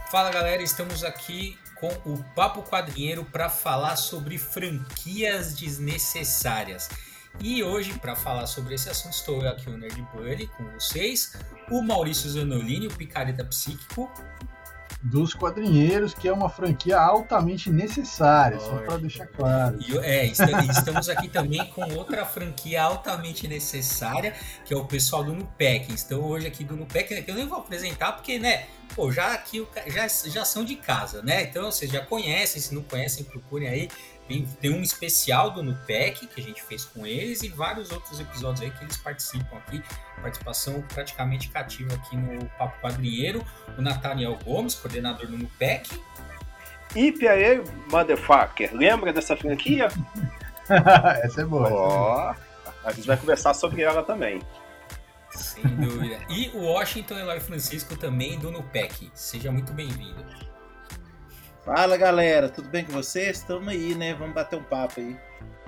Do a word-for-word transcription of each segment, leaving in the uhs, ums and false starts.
Fala galera, estamos aqui com o Papo Quadrinheiro para falar sobre franquias desnecessárias. E hoje, para falar sobre esse assunto, estou eu aqui, o Nerd Buddy, com vocês, o Maurício Zanolini, o Picareta Psíquico. Dos Quadrinheiros, que é uma franquia altamente necessária, oh, só para deixar claro. E, é, estamos aqui também com outra franquia altamente necessária, que é o pessoal do Nupec. Então hoje aqui do Nupec, que eu nem vou apresentar, porque, né, pô, já aqui já, já são de casa, né? Então vocês já conhecem, se não conhecem, procurem aí. Tem, tem um especial do Nupec que a gente fez com eles e vários outros episódios aí que eles participam aqui. Participação praticamente cativa aqui no Papo Quadrinheiro. O Nathaniel Gomes, coordenador do Nupec. E P I A Motherfucker, lembra dessa franquia? Essa é boa. Ó, oh, a gente vai conversar sobre ela também. Sem dúvida. E o Washington Eloy Francisco também do Nupec. Seja muito bem-vindo. Fala galera, tudo bem com vocês? Estamos aí, né? Vamos bater um papo aí.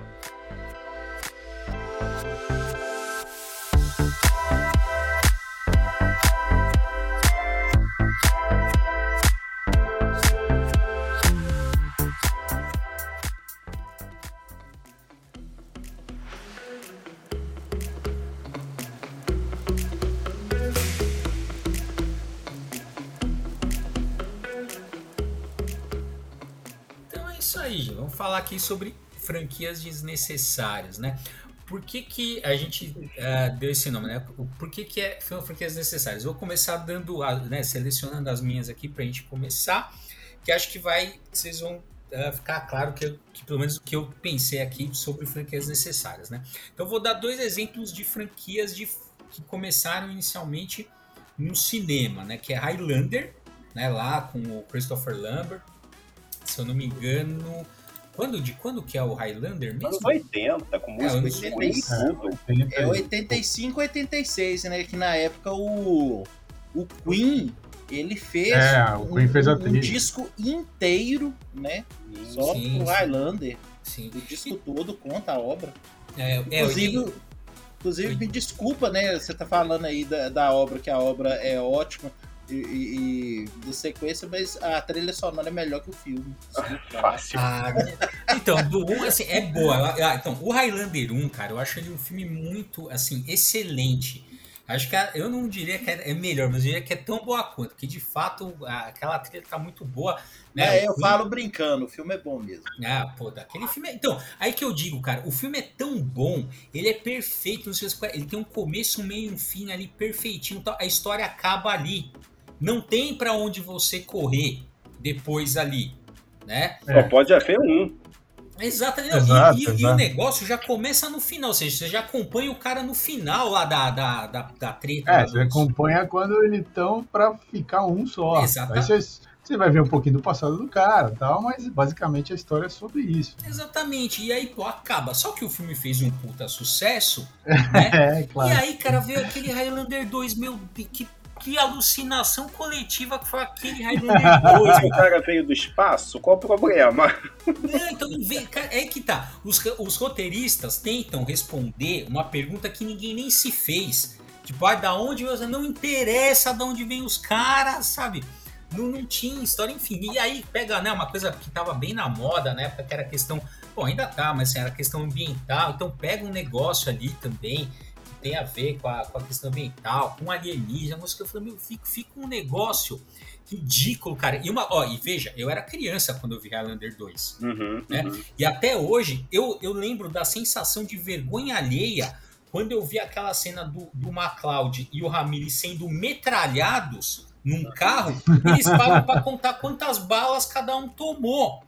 Vamos falar aqui sobre franquias desnecessárias, né? Por que que a gente uh, deu esse nome, né? Por que que é, são franquias desnecessárias? Vou começar dando, né, selecionando as minhas aqui pra gente começar, que acho que vai, vocês vão uh, ficar claro que, que pelo menos o que eu pensei aqui sobre franquias necessárias, né? Então vou dar dois exemplos de franquias de, que começaram inicialmente no cinema, né? Que é Highlander, né? Lá com o Christopher Lambert. Se eu não me engano, quando, de quando que é o Highlander mesmo? Anos oitenta, com música é, oitenta e cinco, é oitenta e cinco, oitenta e seis, né? Que na época o, o Queen, ele fez, é, o Queen um, fez a um disco inteiro, né? Sim, só sim, pro Highlander. Sim. O disco todo conta a obra. É, é, inclusive, eu... inclusive eu... me desculpa, né? Você tá falando aí da, da obra, que a obra é ótima. E, e, e de sequência, mas a trilha sonora é melhor que o filme. Fácil. Ah, então, do um, assim, é boa. Ah, então, o Highlander um, cara, eu acho ele um filme muito, assim, excelente. Acho que eu não diria que é melhor, mas eu diria que é tão boa quanto, porque de fato aquela trilha tá muito boa. Né? É, eu filme... falo brincando, o filme é bom mesmo. Ah, pô, daquele filme é... Então, aí que eu digo, cara, o filme é tão bom, ele é perfeito, não sei se... ele tem um começo, um meio e um fim ali perfeitinho, a história acaba ali. Não tem pra onde você correr depois ali, né? Só pode haver um. Exatamente. Exato, e, e, exato. e o negócio já começa no final, ou seja, você já acompanha o cara no final lá da, da, da, da treta. É, você acompanha quando eles estão pra ficar um só. Exatamente. Aí você, você vai ver um pouquinho do passado do cara e tal, mas basicamente a história é sobre isso. Exatamente. E aí, pô, acaba. Só que o filme fez um puta sucesso, né? É, claro. E aí, cara, veio aquele Highlander dois, meu, que Que alucinação coletiva que foi aquele Highlander dois. O cara veio do espaço? Qual o problema? É, então, é que tá. Os, os roteiristas tentam responder uma pergunta que ninguém nem se fez. Tipo, ah, da onde você não interessa de onde vem os caras, sabe? Não, não tinha história, enfim. E aí pega, né, uma coisa que tava bem na moda na época, que era a questão. Bom, ainda tá, mas assim, era a questão ambiental. Então pega um negócio ali também. Tem a ver com a, com a questão ambiental, com alienígena, mas que eu falei, meu, fica, fica um negócio ridículo, cara. E, uma, ó, e veja, eu era criança quando eu vi Highlander dois, uhum, né? Uhum. E até hoje, eu, eu lembro da sensação de vergonha alheia quando eu vi aquela cena do, do MacLeod e o Ramirez sendo metralhados num carro, eles param pra contar quantas balas cada um tomou.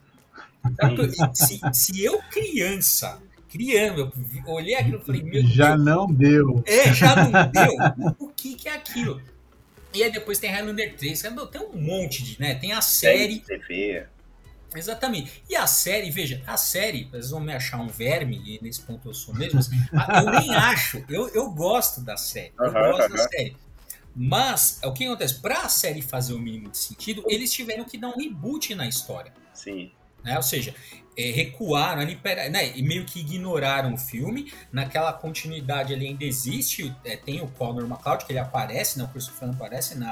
Se, se eu, criança... criando, eu olhei aquilo e falei, meu já Deus. não deu. É, já não deu. O que que é aquilo? E aí depois tem Highlander três, tem um monte de, né? Tem a série. T V. Exatamente. E a série, veja, a série, vocês vão me achar um verme, e nesse ponto eu sou mesmo, assim, eu nem acho, eu, eu gosto da série, eu uhum, gosto uhum. da série. Mas, o que acontece? Pra a série fazer o mínimo de sentido, eles tiveram que dar um reboot na história. Sim. Né? Ou seja, é, recuaram ali, né? E meio que ignoraram o filme. Naquela continuidade ali ainda existe, é, tem o Connor MacLeod, que ele aparece, né? O Christopher aparece na,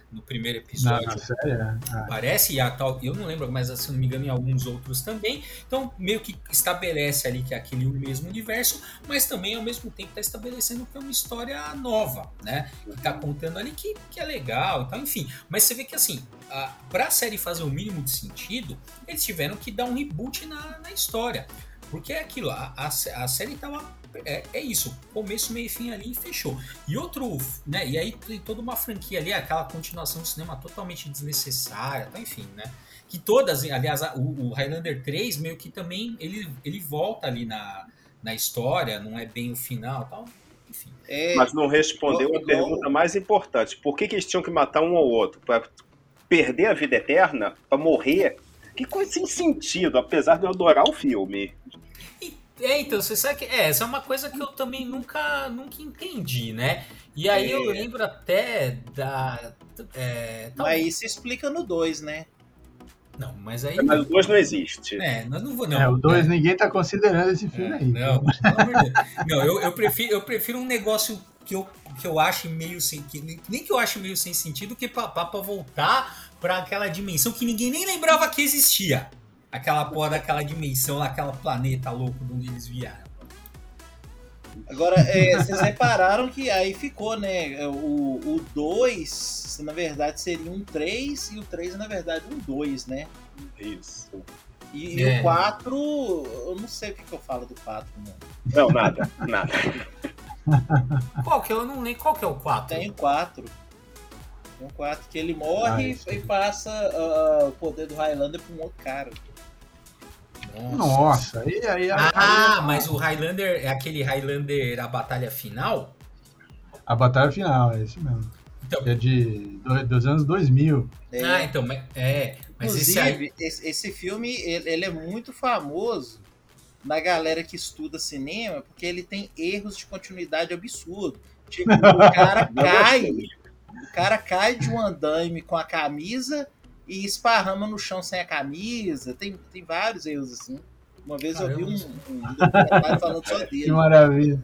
no primeiro Na, episódio. na série, é. Parece, e a tal, eu não lembro, mas se não me engano, em alguns outros também. Então, meio que estabelece ali que é aquele mesmo universo, mas também, ao mesmo tempo, está estabelecendo que é uma história nova, né? Que está contando ali que, que é legal e tal, enfim. Mas você vê que, assim, para a série fazer o mínimo de sentido, eles tiveram que dar um reboot na, na história. Porque é aquilo, a, a, a série estava... É, é isso, começo, meio e fim ali e fechou. E outro, né? E aí tem toda uma franquia ali, aquela continuação do cinema totalmente desnecessária, tá, enfim, né? Que todas, aliás, o, o Highlander três meio que também ele, ele volta ali na, na história, não é bem o final, tal, enfim. É, mas não respondeu igual, a pergunta igual... mais importante: por que, que eles tinham que matar um ou outro? Para perder a vida eterna? Para morrer? Que coisa sem sentido, apesar de eu adorar o filme. É, então, você sabe que é, essa é uma coisa que eu também nunca, nunca entendi, né? E aí é. eu lembro até da... É, tal... Mas isso explica no dois, né? Não, mas aí... Mas o dois não existe. É, nós não vou, não. É, o dois é. ninguém tá considerando esse filme é, aí. Não, pelo amor de Deus. Não, eu, eu, prefiro, eu prefiro um negócio que eu, que eu ache meio sem... Que, nem que eu ache meio sem sentido, que pra, pra voltar pra aquela dimensão que ninguém nem lembrava que existia. Aquela porra daquela dimensão, aquela planeta louco de onde eles vieram. Agora, é, vocês repararam que aí ficou, né? O dois, na verdade, seria um três e o três, na verdade, um dois, né? Isso. E, é. e o quatro, eu não sei o que, que eu falo do quatro, mano. Não, nada, nada. Qual que eu não lembro? Qual que é o quatro? Tem o quatro. Tem o quatro que ele morre ah, e passa uh, o poder do Highlander pra um outro cara. Nossa, aí, aí, Ah, aí, mas o Highlander é aquele Highlander, a batalha final? A batalha final, é esse mesmo. Então, é de dos anos dois mil. É. Ah, então, é. Mas Inclusive, esse, aí... esse, esse filme ele, ele é muito famoso na galera que estuda cinema, porque ele tem erros de continuidade absurdo. Tipo, o cara cai, o cara cai de um andaime com a camisa e esparrama no chão sem a camisa. Tem, tem vários erros assim. Uma vez Caramba. eu vi um, um documentário falando só dele. Que maravilha.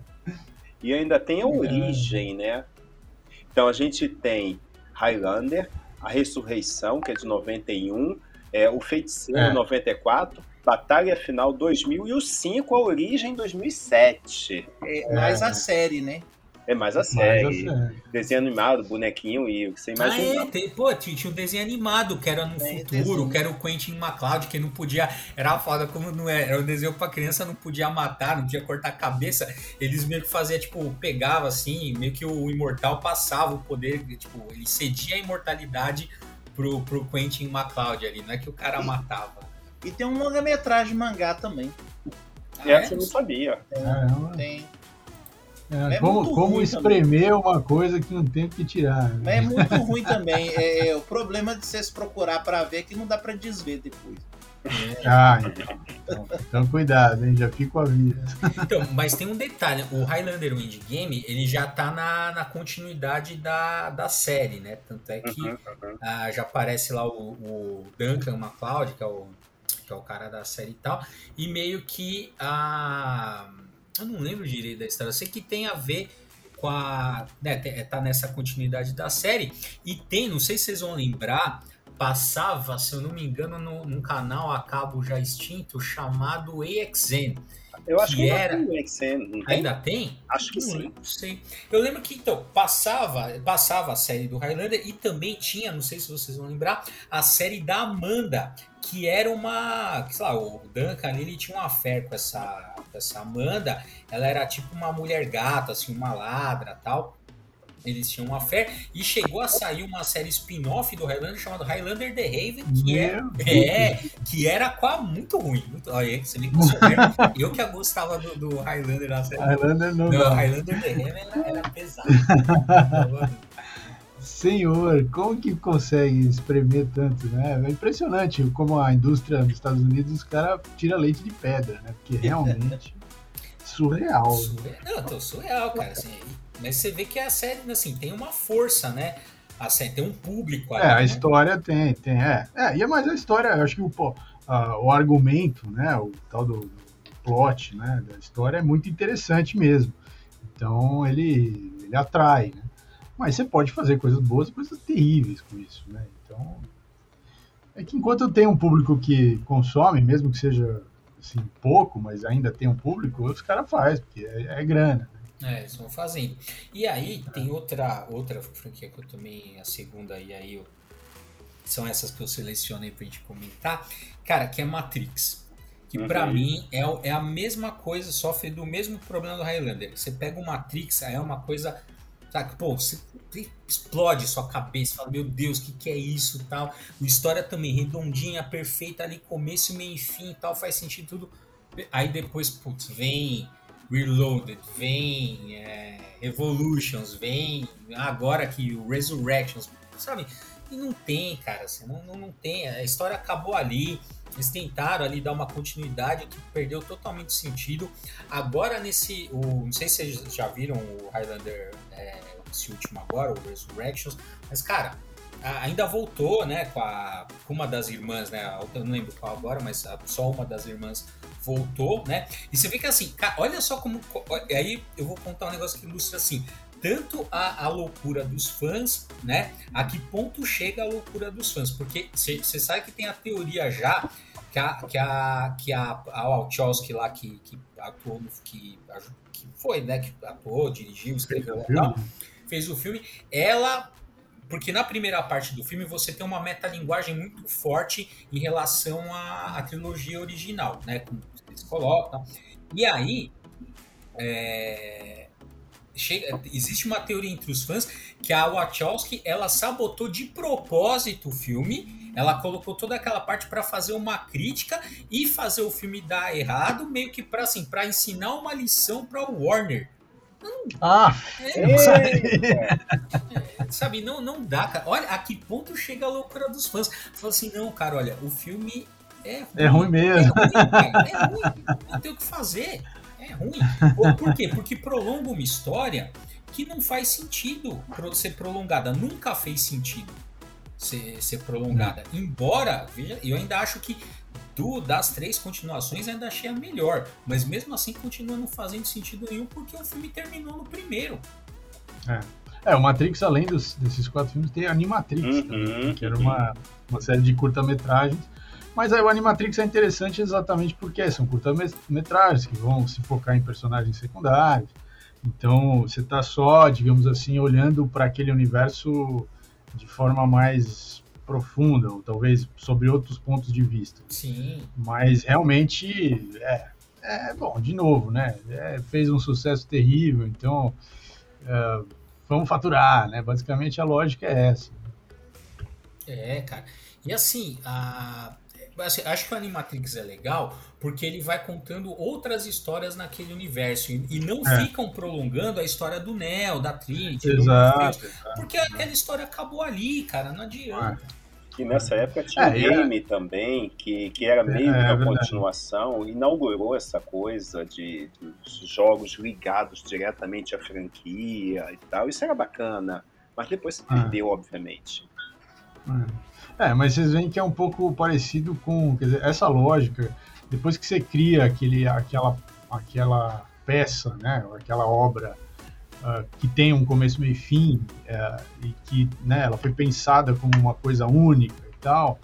E ainda tem a origem, né? Então a gente tem Highlander, a Ressurreição, que é de noventa e um, é, o Feiticeiro, é. noventa e quatro, Batalha Final dois mil e o cinco, a Origem dois mil e sete. É, mais é. a série, né? É mais a série. Mais a série. Desenho animado, bonequinho e o que você imagina. Ah, é, tem, pô, tinha um desenho animado que era no é, futuro, desenho. que era o Quentin MacLeod, que não podia. Era foda como não era. Era um desenho pra criança, não podia matar, não podia cortar a cabeça. Eles meio que faziam, tipo, pegava assim, meio que o imortal passava o poder, tipo, ele cedia a imortalidade pro, pro Quentin MacLeod ali, não é que o cara matava. E tem um longa-metragem mangá também. Ah, é? Essa eu não sabia. Tem. tem. É, é como como espremer também. Uma coisa que não tem o que tirar. Né? Mas é muito ruim também. É, é, o problema de vocês procurar pra ver é que não dá pra desver depois. É. Ah, então, então cuidado, hein? Já fico a vida. Então, mas tem um detalhe, o Highlander Endgame, ele já tá na, na continuidade da, da série, né? Tanto é que uhum, uhum. Ah, já aparece lá o, o Duncan MacLeod, que é o, que é o cara da série e tal, e meio que a... Eu não lembro direito da história, eu sei que tem a ver com a... Né, tá nessa continuidade da série, e tem, não sei se vocês vão lembrar, passava, se eu não me engano, no, num canal a cabo já extinto, chamado A X N. Eu acho que, que era... ainda tem o A X N, não tem? Ainda tem? Acho que não, sim. Não sei. Eu lembro que, então, passava, passava a série do Highlander e também tinha, não sei se vocês vão lembrar, a série da Amanda, que era uma... Sei lá, o Duncan ali, ele tinha uma fé com essa, com essa Amanda. Ela era tipo uma mulher gata, assim, uma ladra e tal. Eles tinham uma fé e chegou a sair uma série spin-off do Highlander chamada Highlander The Haven, que, é, é, que era quase muito ruim. Muito, olha, você me eu, eu que gostava do, do Highlander na série. Highlander não. Não, Highlander The Haven era, era pesado. Senhor, como que consegue espremer tanto, né? É impressionante como a indústria dos Estados Unidos, os caras tiram leite de pedra, né? Porque realmente surreal. surreal. Não, tô surreal, cara. Assim, mas você vê que a série, assim, tem uma força, né? A série tem um público ali, É, a né? história tem, tem, é. É, e é mais a história, eu acho que o, uh, o argumento, né? O tal do, do plot, né? Da história é muito interessante mesmo. Então, ele, ele atrai, né? Mas você pode fazer coisas boas e coisas terríveis com isso, né? Então, é que enquanto tem um público que consome, mesmo que seja assim, pouco, mas ainda tem um público, os caras fazem, porque é, é grana. É, eles vão fazendo. E aí tem outra, outra franquia que eu também, a segunda, e aí eu, são essas que eu selecionei pra gente comentar, cara, que é Matrix. Que uhum. pra mim é, é a mesma coisa, sofre do mesmo problema do Highlander. Você pega o Matrix, aí é uma coisa, sabe, pô, você explode sua cabeça, fala, meu Deus, o que, que é isso tal. A história também redondinha, perfeita ali, começo, meio e fim e tal, faz sentido tudo. Aí depois, putz, vem Reloaded, vem é, Evolutions, vem agora aqui o Resurrections, sabe? E não tem, cara, assim, não, não, não tem, a história acabou ali, eles tentaram ali dar uma continuidade que perdeu totalmente o sentido. Agora nesse, o, não sei se vocês já viram o Highlander, é, esse último agora, o Resurrections, mas cara, ainda voltou, né, com, a, com uma das irmãs, né, eu não lembro qual agora, mas só uma das irmãs voltou, né, e você vê que assim, cara, olha só como, aí eu vou contar um negócio que ilustra assim, tanto a, a loucura dos fãs, né, a que ponto chega a loucura dos fãs, porque você sabe que tem a teoria já, que a, que a, que a, a Wachowski lá, que, que atuou, no, que, que foi, né, que atuou, dirigiu, escreveu e tal, fez o filme, ela... Porque na primeira parte do filme você tem uma metalinguagem muito forte em relação à, à trilogia original, né? Como eles colocam. E aí, é, chega, existe uma teoria entre os fãs que a Wachowski, ela sabotou de propósito o filme, ela colocou toda aquela parte para fazer uma crítica e fazer o filme dar errado, meio que para assim, para ensinar uma lição para o Warner. Não, ah, é, é, é, sabe, não, não dá, cara. Olha a que ponto chega a loucura dos fãs. Fala assim, não, cara, olha, o filme é ruim. É ruim mesmo. É ruim, cara, é ruim. Não tem o que fazer. É ruim. Por quê? Porque prolonga uma história que não faz sentido ser prolongada. Nunca fez sentido ser, ser prolongada. Hum. Embora, veja, eu ainda acho que Do, das três continuações ainda achei a melhor, mas mesmo assim continua não fazendo sentido nenhum porque o filme terminou no primeiro. É, é o Matrix, além dos, desses quatro filmes, tem a Animatrix, uhum, também, que era uma, uma série de curta-metragens, mas aí o Animatrix é interessante exatamente porque são curta-metragens que vão se focar em personagens secundários, então você está só, digamos assim, olhando para aquele universo de forma mais profunda, ou talvez sobre outros pontos de vista. Sim. Mas realmente, é, é bom, de novo, né? É, fez um sucesso terrível, então é, vamos faturar, né? Basicamente a lógica é essa. É, cara. E assim, a... assim, acho que o Animatrix é legal porque ele vai contando outras histórias naquele universo e, e não é. ficam prolongando a história do Neo, da Trinity, exato, do exato, porque exato. Aquela história acabou ali, cara, não adianta. É. E nessa época tinha um é, game é. também, que, que era meio é, que uma é continuação, inaugurou essa coisa de, de jogos ligados diretamente à franquia e tal. Isso era bacana, mas depois se perdeu, é. obviamente. É. é, mas vocês veem que é um pouco parecido com, quer dizer, essa lógica, depois que você cria aquele, aquela, aquela peça, né, aquela obra, Uh, que tem um começo, meio e fim, uh, e que, né, ela foi pensada como uma coisa única e tal,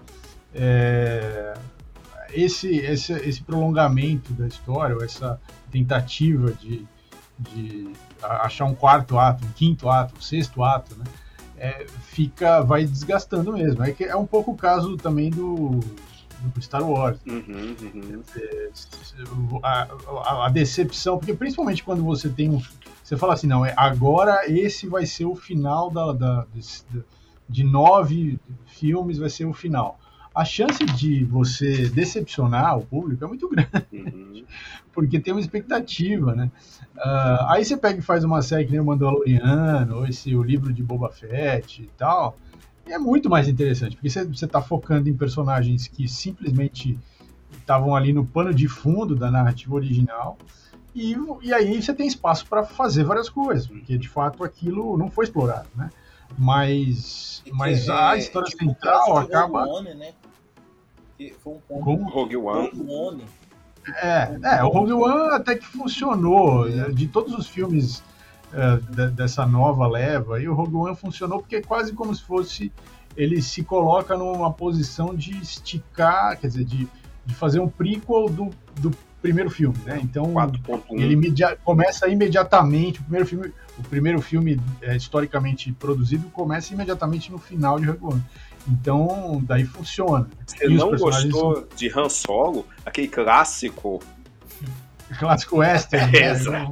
é, esse, esse, esse prolongamento da história, ou essa tentativa de, de achar um quarto ato, um quinto ato, um sexto ato, né, é, fica, vai desgastando mesmo. É, que é um pouco o caso também do, do Star Wars. Uhum, uhum. É, a, a, a decepção, porque principalmente quando você tem um você fala assim, não, agora esse vai ser o final da, da, de, de nove filmes, vai ser o final. A chance de você decepcionar o público é muito grande, uhum. porque tem uma expectativa, né? Uh, aí você pega e faz uma série que nem o Mandaloriano, ou esse, o livro de Boba Fett e tal, e é muito mais interessante, porque você está focando em personagens que simplesmente estavam ali no pano de fundo da narrativa original, E, e aí você tem espaço para fazer várias coisas, porque de fato aquilo não foi explorado, né? Mas, mas é, a história tipo central acaba... Rogue One, né? Que foi um ponto. Como? Rogue One. Rogue One. É, é, o Rogue One até que funcionou. De todos os filmes uh, dessa nova leva, e o Rogue One funcionou porque é quase como se fosse, ele se coloca numa posição de esticar, quer dizer, de, de fazer um prequel do, do primeiro filme, né? Então ele imedi- começa imediatamente, o primeiro filme, o primeiro filme é, historicamente produzido começa imediatamente no final de Rogue One. Então, daí funciona. Você e não gostou são... de Han Solo? Aquele clássico... Clássico western. É, né? exato.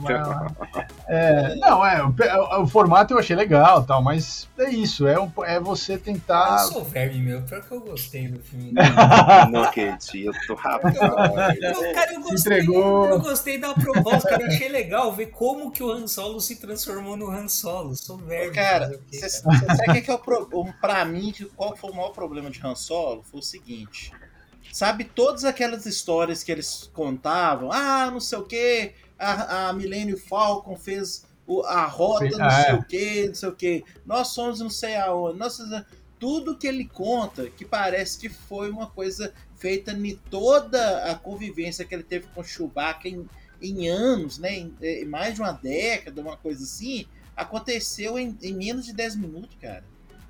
É, não, é, o, o formato eu achei legal, tal, mas é isso, é, um, é você tentar... Eu sou verme, meu, pior que eu gostei do filme. Não acredito, rapaz. Eu, cara, eu gostei, entregou. eu gostei da proposta, cara, eu achei legal ver como que o Han Solo se transformou no Han Solo. Sou verme. Cara, você sabe o que, que é o problema? Pra mim, qual foi o maior problema de Han Solo? Foi o seguinte... Sabe, todas aquelas histórias que eles contavam, ah, não sei o que, a, a Millennium Falcon fez o, a rota, não ah, sei é. o que, não sei o que, nós somos não sei aonde, nós, tudo que ele conta, que parece que foi uma coisa feita em toda a convivência que ele teve com o Chewbacca em, em anos, né, em, em mais de uma década, uma coisa assim, aconteceu em, em menos de dez minutos, cara.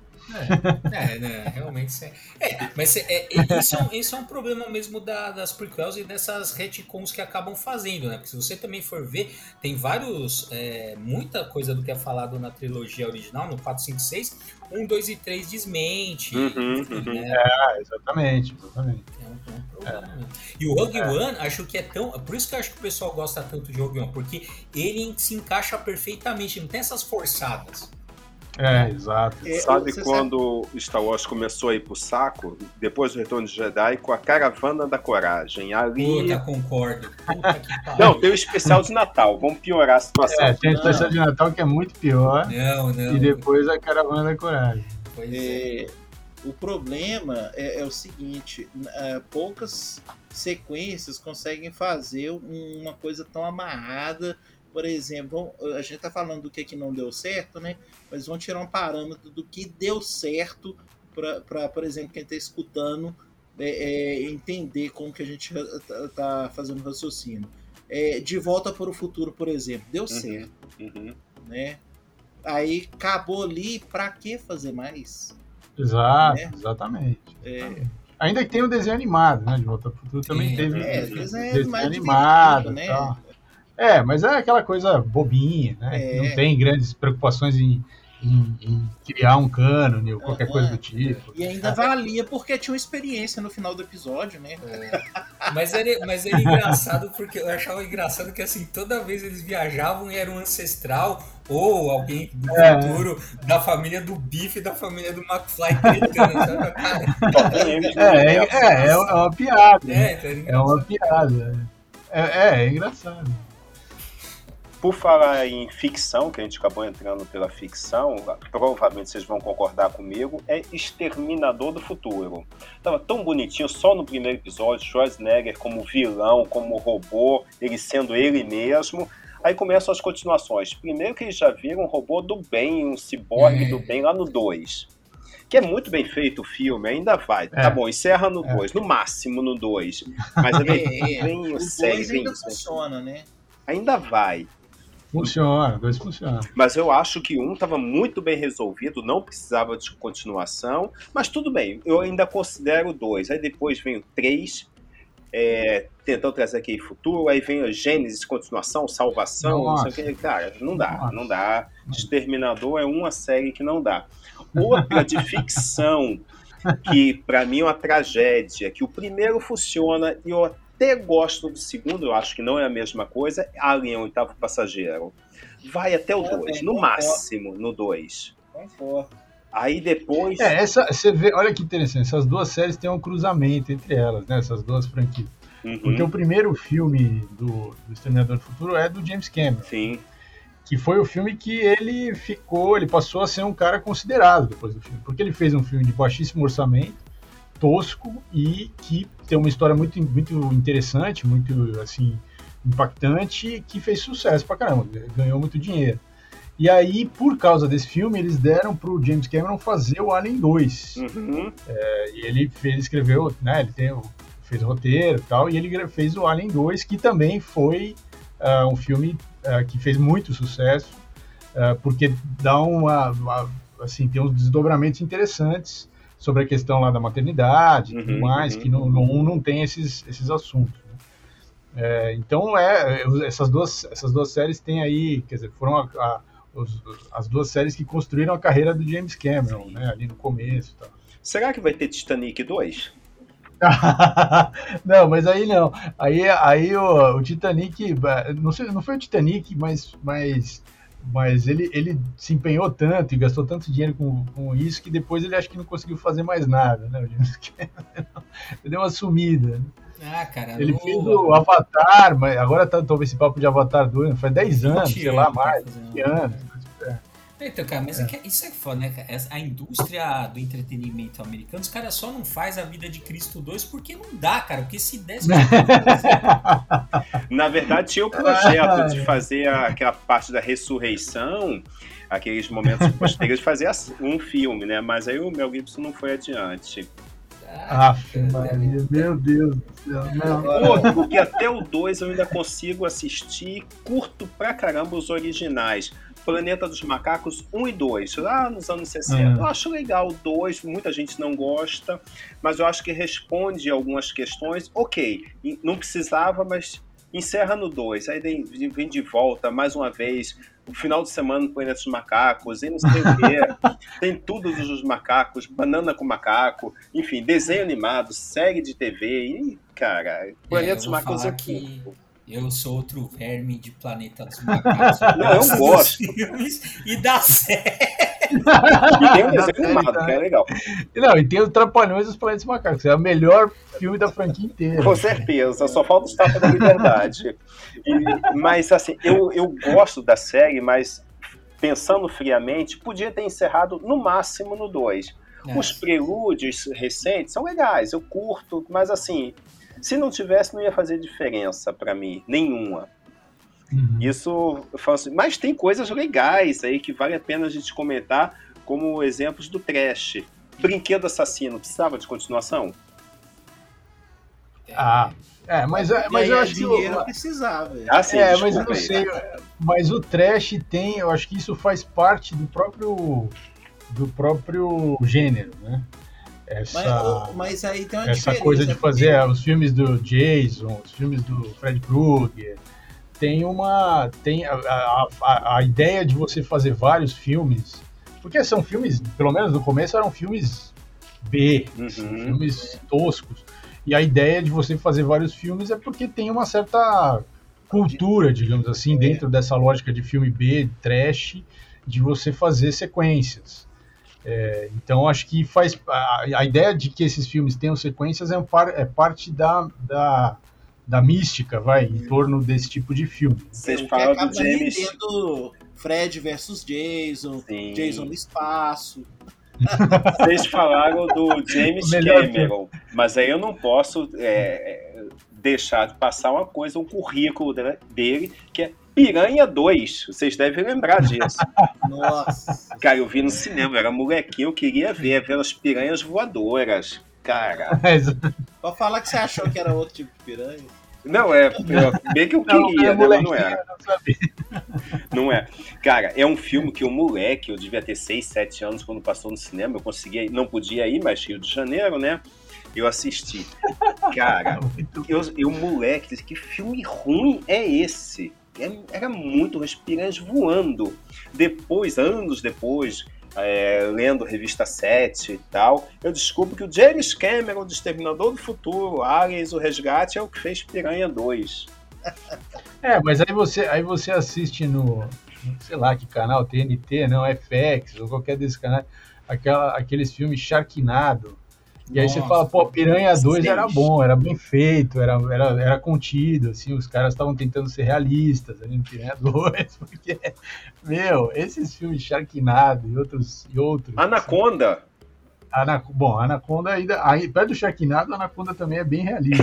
É, é né, realmente é. é mas é, é, isso, é um, isso é um problema mesmo da, das prequels e dessas retcons que acabam fazendo, né? Porque se você também for ver, tem vários, é, muita coisa do que é falado na trilogia original, no quatro, cinco, seis, um, dois e três desmente. Uhum, enfim, uhum. Né? É, exatamente, exatamente. É um, é um problema mesmo. E o Rogue é. One, acho que é tão. Por isso que eu acho que o pessoal gosta tanto de Rogue One, porque ele se encaixa perfeitamente, não tem essas forçadas. É, exato. É, sabe quando sabe... Star Wars começou a ir pro saco? Depois do Retorno de Jedi, com a Caravana da Coragem. Ali... Puta, concordo. Puta que não, tem o especial de Natal. Vamos piorar a situação. É, tem o especial de Natal que é muito pior. Não, não. E depois a Caravana da Coragem. Pois é. É, o problema é, é o seguinte, é, poucas sequências conseguem fazer uma coisa tão amarrada. Por exemplo, a gente tá falando do que, que não deu certo, né? Mas vamos tirar um parâmetro do que deu certo para, por exemplo, quem está escutando é, é, entender como que a gente tá, tá fazendo raciocínio. É, De Volta para o Futuro, por exemplo, deu uhum, certo, uhum. né? Aí acabou ali, para que fazer mais? Exato, né? exatamente. É... Ainda que tem o desenho animado, né? De Volta para o Futuro também Sim, teve é, desenho, desenho, desenho mais animado, né? Tal. É, mas é aquela coisa bobinha, né? É. Não tem grandes preocupações em, em, em criar um cânone ou qualquer uhum. coisa do tipo. E ainda valia porque tinha uma experiência no final do episódio, né? É. Mas, era, mas era engraçado porque eu achava engraçado que assim, toda vez eles viajavam e era um ancestral ou alguém do é. futuro da família do Biff e da família do McFly tretando, sabe? É, é, é, é uma piada. É, né? é uma piada. É, é, é engraçado. Por falar em ficção, que a gente acabou entrando pela ficção, provavelmente vocês vão concordar comigo, é Exterminador do Futuro. Tava tão bonitinho só no primeiro episódio, Schwarzenegger como vilão, como robô, ele sendo ele mesmo. Aí começam as continuações. Primeiro que eles já viram um robô do bem, um ciborgue é. do bem lá no dois. Que é muito bem feito o filme, ainda vai. É. Tá bom, encerra no dois, é. no máximo no dois. Mas é bem, bem o dois ainda funciona, né? Ainda vai. Funciona, dois funciona. Mas eu acho que um estava muito bem resolvido, não precisava de continuação, mas tudo bem, eu ainda considero dois. Aí depois vem o três, é, tentando trazer aquele futuro, aí vem a Gênesis, continuação, salvação, Nossa. não sei o que. Cara, não dá, Nossa. não dá. Exterminador é uma série que não dá. Outra de ficção, que pra mim é uma tragédia, que o primeiro funciona e eu até gosto do segundo, eu acho que não é a mesma coisa, Alien, Oitavo Passageiro. Vai até o dois, no máximo no dois. Aí depois... É, essa, você vê, olha que interessante, essas duas séries têm um cruzamento entre elas, né, essas duas franquias. Uhum. Porque o primeiro filme do, do Exterminador do Futuro é do James Cameron. Sim. Que foi o filme que ele ficou, ele passou a ser um cara considerado depois do filme. Porque ele fez um filme de baixíssimo orçamento, tosco e que tem uma história muito, muito interessante, muito assim, impactante, que fez sucesso pra caramba, ganhou muito dinheiro. E aí, por causa desse filme, eles deram pro James Cameron fazer o Alien dois. Uhum. É, e ele fez, escreveu, né, ele tem, fez o roteiro e tal, e ele fez o Alien dois, que também foi uh, um filme uh, que fez muito sucesso. uh, porque dá uma, uma, assim, tem uns desdobramentos interessantes sobre a questão lá da maternidade e Uhum, tudo mais, uhum. que no, no um não tem esses, esses assuntos. Né? É, então, é, essas duas, essas duas séries têm aí, quer dizer, foram a, a, os, as duas séries que construíram a carreira do James Cameron, né, ali no começo. Tá. Será que vai ter Titanic dois? Não, mas aí não. Aí, aí o, o Titanic, não, sei, não foi o Titanic, mas, mas, mas ele, ele se empenhou tanto e gastou tanto dinheiro com, com isso que depois ele acho que não conseguiu fazer mais nada, né? Ele deu uma sumida. Ah, cara, ele no... fez o Avatar, mas agora tá talvez esse papo de Avatar dois, faz dez anos, sei lá, mais, vinte anos. Então, cara, mas é. É que, isso é foda, né, cara? A indústria do entretenimento americano, os caras só não faz a Vida de Cristo dois porque não dá, cara. Porque se desse... Na verdade, tinha o projeto de fazer aquela parte da ressurreição, aqueles momentos posteriores, de fazer um filme, né? Mas aí o Mel Gibson não foi adiante. Ah, Maria, meu Deus do céu. Não. Outro, porque até o dois eu ainda consigo assistir, curto pra caramba os originais. Planeta dos Macacos um e dois, lá nos anos sessenta. Hum. Eu acho legal o dois, muita gente não gosta, mas eu acho que responde algumas questões. Ok, não precisava, mas encerra no dois. Aí vem, vem de volta, mais uma vez, o final de semana no Planeta dos Macacos, e não sei o quê. Tem tudo dos macacos, Banana com Macaco, enfim, desenho animado, série de T V, e, cara, Planeta é, dos Macacos é que... Eu sou outro verme de Planeta dos Macacos. Não, eu gosto. Filmes e da série. E tem um desenho animado, que é legal. Não, e tem os Trapalhões dos Planetas Macacos. É o melhor filme da franquia inteira. Com certeza, só falta os tapas da liberdade. E, mas, assim, eu, eu gosto da série, mas pensando friamente, podia ter encerrado no máximo no dois. É. Os prelúdios recentes são legais, eu curto, mas assim... Se não tivesse, não ia fazer diferença pra mim, nenhuma. Uhum. Isso, eu falo assim, mas tem coisas legais aí que vale a pena a gente comentar, como exemplos do trash. Brinquedo Assassino, precisava de continuação? Ah, é, mas, mas eu acho que... dinheiro eu precisava. Ah, sim, é, mas eu não sei, mas o trash tem, eu acho que isso faz parte do próprio, do próprio gênero, né? Essa, mas, mas aí tem uma essa coisa de fazer porque... os filmes do Jason, os filmes do Fred Krueger, tem uma tem a, a, a, a ideia de você fazer vários filmes, porque são filmes, pelo menos no começo eram filmes B, uhum. assim, filmes toscos, e a ideia de você fazer vários filmes é porque tem uma certa cultura, digamos assim, é. dentro dessa lógica de filme B, trash, de você fazer sequências. É, então acho que faz a, a ideia de que esses filmes tenham sequências é, um par, é parte da, da, da mística, vai, em torno desse tipo de filme. Vocês falam do James Fred versus Jason, Sim. Jason no espaço. Vocês falaram do James Cameron, mas aí eu não posso é, deixar de passar uma coisa, um currículo dele, que é Piranha dois, vocês devem lembrar disso. Nossa. Cara, eu vi no cinema, eu era molequinho, eu queria ver, ver as piranhas voadoras. Cara. Pode falar que você achou que era outro tipo de piranha? Não, é, bem que eu queria, não, né, mas não era. Não, não é. Cara, é um filme que o moleque, eu devia ter seis, sete anos quando passou no cinema, eu conseguia, não podia ir, mas Rio de Janeiro, né? Eu assisti. Cara, eu, eu moleque, que filme ruim é esse? Era muito, as piranhas voando. Depois, anos depois, é, lendo Revista sete e tal, eu descubro que o James Cameron, o Exterminador do Futuro, Aliens, o Resgate, é o que fez Piranha dois. É, mas aí você, aí você assiste no, sei lá que canal, T N T, não, F X, ou qualquer desses canais, aquela, aqueles filmes Sharknado. E aí Nossa, você fala, pô, Piranha dois era bom, era bem feito, era, era, era contido, assim, os caras estavam tentando ser realistas ali no Piranha dois, porque, meu, esses filmes Sharknado e outros... E outros Anaconda! Assim, Anac... Bom, Anaconda ainda... Aí, perto do Sharknado, Anaconda também é bem realista.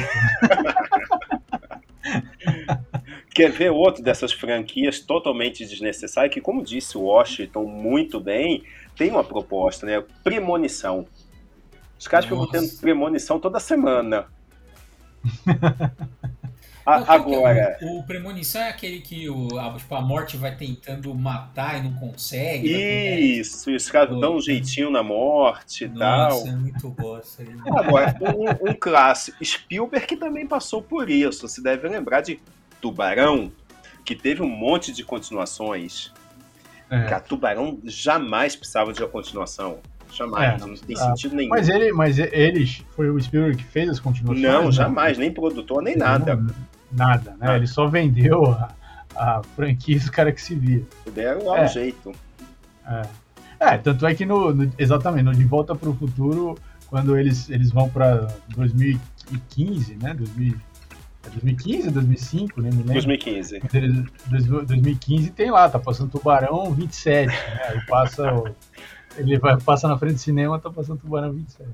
Quer ver outro dessas franquias totalmente desnecessárias, que, como disse o Washington muito bem, tem uma proposta, né? Premonição. Os caras ficam tendo premonição toda semana. A- Não, qual que é? agora, O, o Premonição é aquele que o, a, tipo, a morte vai tentando matar e não consegue, vai pro isso, os caras dão um médico. jeitinho na morte e Nossa, tal. é muito bosta. aí. Agora, um, um clássico. Spielberg que também passou por isso. Você deve lembrar de Tubarão, que teve um monte de continuações. É. Cara, Tubarão jamais precisava de uma continuação. Jamais, É, não tem ah, sentido nenhum. Mas ele, mas ele foi o Spielberg que fez as continuações? Não, né? jamais, nem produtor, nem nada. Não, nada, né? Nada. Ele só vendeu a, a franquia do cara que se via. Deram lá É. um jeito. É. É, tanto é que no, no- exatamente, no De Volta para o Futuro, quando eles, eles vão para dois mil e quinze, né? dois mil, é dois mil e quinze, dois mil e cinco, né? Me lembro. dois mil e quinze. Quando eles- dois- 2015 tem lá, tá passando Tubarão vinte e sete, né? Aí passa o- ele vai, passa na frente do cinema, tá passando Tubarão vinte e sete.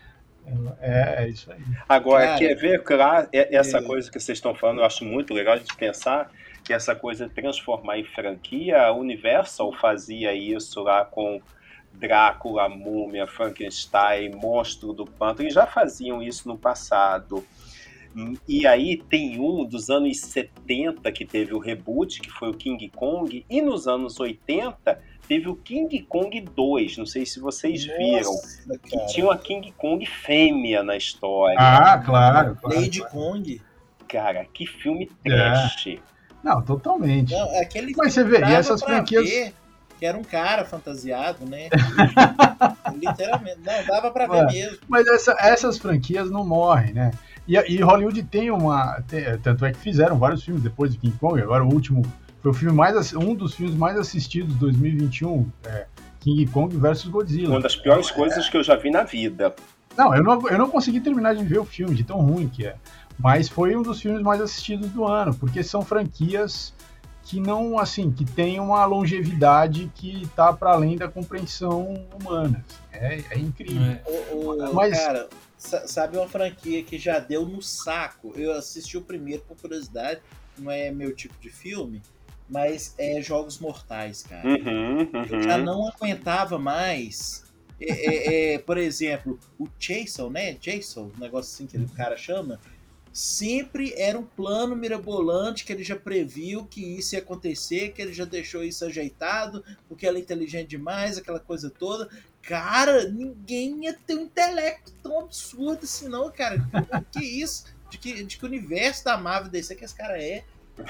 É, é isso aí. Agora, Cara, quer ver, claro, é- essa eu- coisa que vocês estão falando, eu acho muito legal de pensar que essa coisa de transformar em franquia, a Universal fazia isso lá com Drácula, Múmia, Frankenstein, Monstro do Pântano, eles já faziam isso no passado. E aí tem um dos anos setenta que teve o reboot, que foi o King Kong, e nos anos oitenta teve o King Kong dois, não sei se vocês viram, Nossa, que cara. tinha uma King Kong fêmea na história. Ah, claro. claro. Lady Kong. Cara, que filme trash. Não, totalmente. Não, aquele Mas você vê, e dava essas pra franquias. ver que era um cara fantasiado, né? Literalmente. Não, dava pra ver Ué. mesmo. Mas essa- essas franquias não morrem, né? E, a- e Hollywood tem uma. tem- tanto é que fizeram vários filmes depois de King Kong. Agora o último foi o filme mais, assi- um dos filmes mais assistidos de dois mil e vinte e um, é, King Kong versus Godzilla. Uma das piores coisas que eu já vi na vida. Não, eu não, eu não consegui terminar de ver o filme, de tão ruim que é. Mas foi um dos filmes mais assistidos do ano, porque são franquias que não, assim, que tem uma longevidade que tá para além da compreensão humana. É, é incrível. É. O, o- Mas- Cara, sa- sabe uma franquia que já deu no saco? Eu assisti o primeiro por curiosidade, não é meu tipo de filme, mas é Jogos Mortais, cara. Uhum, Eu já uhum. não aguentava mais. É, é, é, por exemplo, o Jason, né? Jason, um negócio assim que o cara chama, sempre era um plano mirabolante que ele já previu que isso ia acontecer, que ele já deixou isso ajeitado, porque ela é inteligente demais, aquela coisa toda. Cara, ninguém ia ter um intelecto tão absurdo assim, não, cara. Que isso? De que, de que universo da Marvel desse é que esse cara é?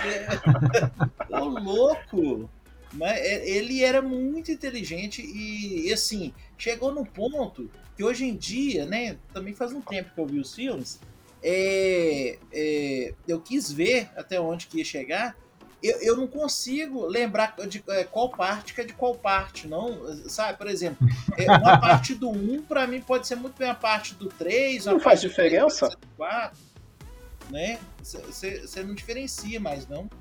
É, ô, louco! Mas é- ele era muito inteligente e, e, assim, chegou num ponto que hoje em dia, né, também faz um tempo que eu vi os filmes, é, é, eu quis ver até onde que ia chegar, eu, eu não consigo lembrar de é, qual parte que é de qual parte, não, sabe? Por exemplo, é, uma parte do um pra mim pode ser muito bem a parte do três, Não uma faz parte do diferença? três, do quatro, né? Você não diferencia mais, não?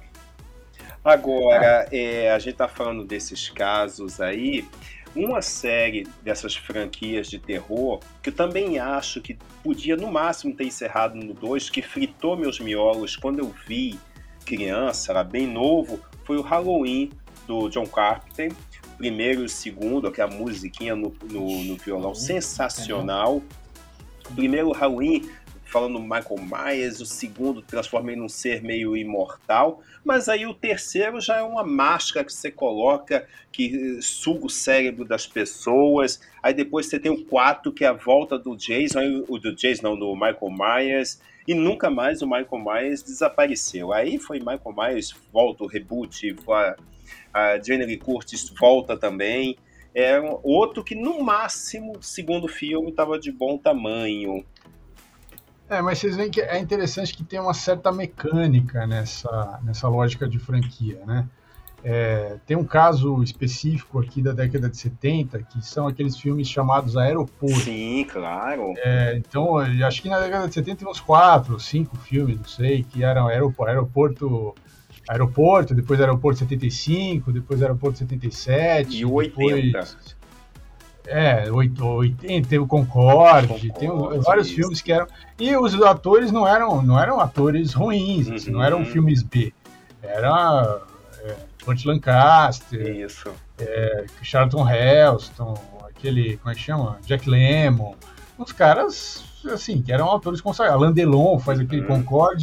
Agora, é, a gente tá falando desses casos aí. Uma série dessas franquias de terror, que eu também acho que podia no máximo ter encerrado no dois, que fritou meus miolos quando eu vi criança, era bem novo, foi o Halloween do John Carpenter. Primeiro e o segundo, aquela musiquinha no, no, no violão, sensacional. O primeiro Halloween, falando Michael Myers, o segundo transformei num ser meio imortal, mas aí o terceiro já é uma máscara que você coloca, que suga o cérebro das pessoas, aí depois você tem o quatro, que é a volta do Jason, aí o do Jason não, do Michael Myers, e nunca mais o Michael Myers desapareceu. Aí foi Michael Myers, volta o reboot, a, a Jamie Lee Curtis volta também, é um outro que no máximo, segundo filme, estava de bom tamanho. É, mas vocês veem que é interessante que tem uma certa mecânica nessa, nessa lógica de franquia, né? É, tem um caso específico aqui da década de setenta, que são aqueles filmes chamados Aeroporto. Sim, claro. É, então, eu acho que na década de setenta tem uns quatro, cinco filmes, não sei, que eram Aeroporto, Aeroporto, Aeroporto, depois Aeroporto setenta e cinco, depois Aeroporto setenta e sete. E o oitenta. Depois, é, oitenta, tem o Concorde, Concorde, tem o- vários isso. filmes que eram... E os atores não eram, não eram atores ruins, assim, não eram Uhum. filmes B. Era é, Burt Lancaster, Isso. é, Charlton Heston, aquele, como é que chama? Jack Lemmon. Uns caras, assim, que eram atores consagrados. Alain Delon faz aquele Uhum. Concorde,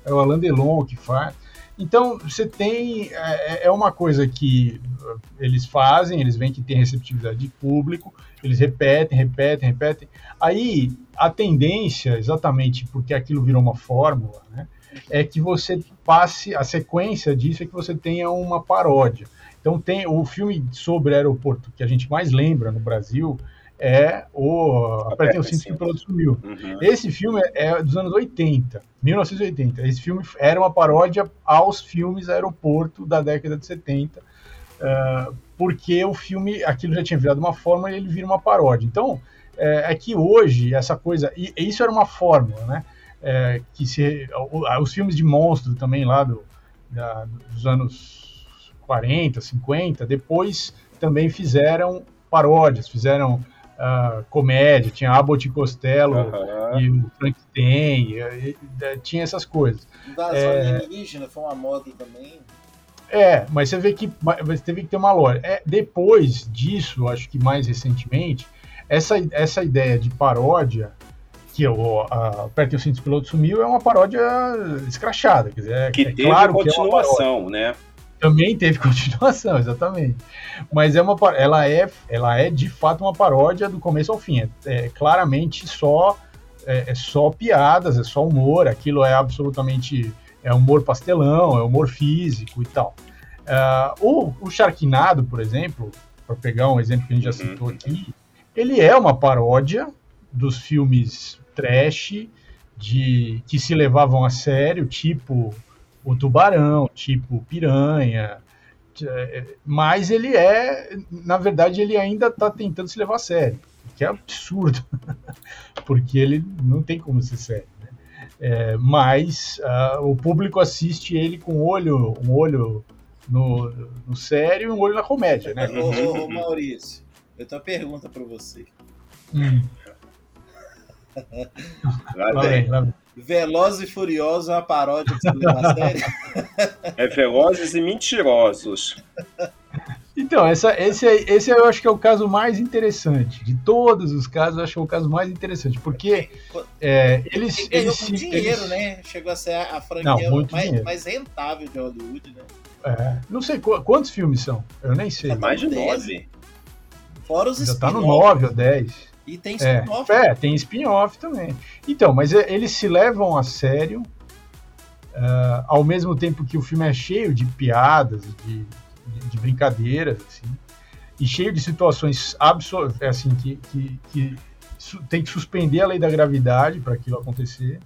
é o Alain Delon que faz. Então, você tem... É, é uma coisa que eles fazem, eles veem que tem receptividade de público, eles repetem, repetem, repetem. Aí, a tendência, exatamente porque aquilo virou uma fórmula, né, é que você passe... A sequência disso é que você tenha uma paródia. Então, tem o filme sobre aeroporto que a gente mais lembra no Brasil é o Apertem o Cinto que o Piloto Sumiu. Uhum. Esse filme é dos anos oitenta, mil novecentos e oitenta. Esse filme era uma paródia aos filmes aeroporto da década de setenta, uh, porque o filme, aquilo já tinha virado uma fórmula e ele vira uma paródia. Então, é, é que hoje essa coisa... E isso era uma fórmula, né? É, que se, os filmes de monstro também lá do, da, dos anos quarenta, cinquenta, depois também fizeram paródias, fizeram... Uh, comédia, tinha Abbott e Costello uhum. e o Frankenstein, e, e, tinha essas coisas. Da é, zona alienígena foi uma moda também. É, mas você vê que você teve que ter uma lore. É, depois disso, acho que mais recentemente, essa, essa ideia de paródia, que o Apertem o Cinto que o Piloto Sumiu, é uma paródia escrachada. Quer dizer, que é teve claro continuação, que é né? Também teve continuação, exatamente. Mas é uma, ela, é, ela é, de fato, uma paródia do começo ao fim. É, é claramente só, é, é só piadas, é só humor. Aquilo é absolutamente... É humor pastelão, é humor físico e tal. Uh, o, o Sharknado, por exemplo, para pegar um exemplo que a gente já citou aqui, ele é uma paródia dos filmes trash de, que se levavam a sério, tipo... o Tubarão, tipo Piranha, mas ele é, na verdade, ele ainda está tentando se levar a sério, que é absurdo, porque ele não tem como ser sério, né? É, mas uh, o público assiste ele com um olho, um olho no, no sério e um olho na comédia, né? Ô, ô, ô Maurício, eu tenho uma pergunta para você. Hum. Lá lá vem, lá vem. Velozes e Furiosos é uma paródia que você leva a sério? É Velozes e Mentirosos. Então, essa, esse, esse eu acho que é o caso mais interessante. De todos os casos, eu acho que é o caso mais interessante. Porque é, eles... Ele ganhou eles, com dinheiro, eles... né? Chegou a ser a franquia Não, mais, mais rentável de Hollywood, né? É, não sei quantos filmes são. Eu nem sei. É mais de nove. Fora os Já tá no nove ou dez. E tem spin-off. É, é, tem spin-off também. Então, mas eles se levam a sério, uh, ao mesmo tempo que o filme é cheio de piadas, de, de, de brincadeiras, assim, e cheio de situações absor- assim, que, que, que su- tem que suspender a lei da gravidade para aquilo acontecer.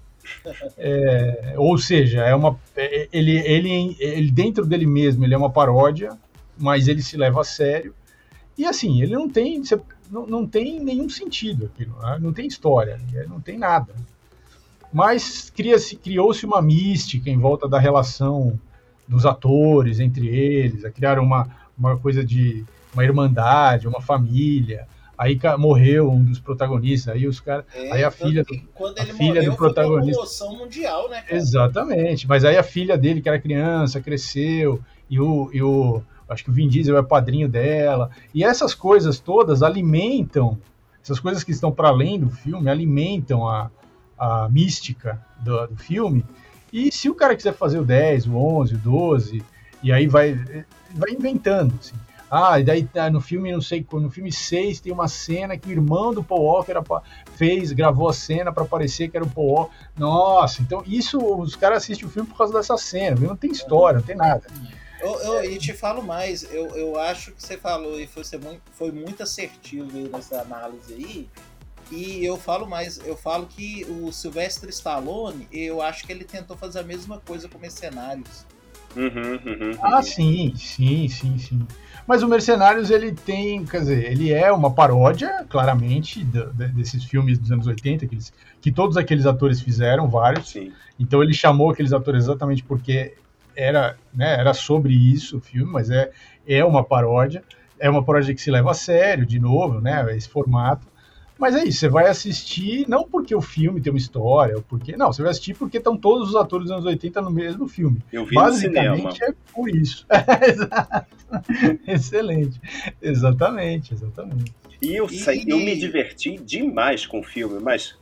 É, ou seja, é uma, ele, ele, ele dentro dele mesmo ele é uma paródia, mas ele se leva a sério. E assim, ele não tem, não, não tem nenhum sentido aquilo, né? Não tem história, não tem nada. Mas cria-se, criou-se uma mística em volta da relação dos atores entre eles, a criar uma, uma coisa de uma irmandade, uma família. Aí morreu um dos protagonistas, aí os caras, é, aí a filha do, quando a ele filha morreu, do protagonista, foi uma comoção mundial, né, cara? Exatamente, mas aí a filha dele, que era criança, cresceu, e o, e o acho que o Vin Diesel é padrinho dela, e essas coisas todas alimentam, essas coisas que estão para além do filme, alimentam a, a mística do, do filme, e se o cara quiser fazer o dez, o onze, o doze, e aí vai, vai inventando, assim. Ah, e daí no filme, não sei, no filme seis tem uma cena que o irmão do Paul Walker fez, gravou a cena para parecer que era o Paul Walker. Nossa, então isso, os caras assistem o filme por causa dessa cena, não tem história, não tem nada. Eu, eu, e te falo mais, eu, eu acho que você falou e foi, foi muito assertivo aí nessa análise aí, e eu falo mais, eu falo que o Sylvester Stallone, eu acho que ele tentou fazer a mesma coisa com Mercenários. Uhum, uhum, uhum. Ah, sim, sim, sim, sim. Mas o Mercenários, ele tem, quer dizer, ele é uma paródia, claramente, do, de, desses filmes dos anos oitenta, que, eles, que todos aqueles atores fizeram, vários. Sim. Então ele chamou aqueles atores exatamente porque era, né, era sobre isso o filme, mas é, é uma paródia. É uma paródia que se leva a sério, de novo, né, esse formato. Mas é isso, você vai assistir não porque o filme tem uma história, ou porque, não, você vai assistir porque estão todos os atores dos anos oitenta no mesmo filme. Eu vi no cinema. Basicamente é por isso. Exato. Excelente. Exatamente, exatamente. E eu, E- saí- eu me diverti demais com o filme, mas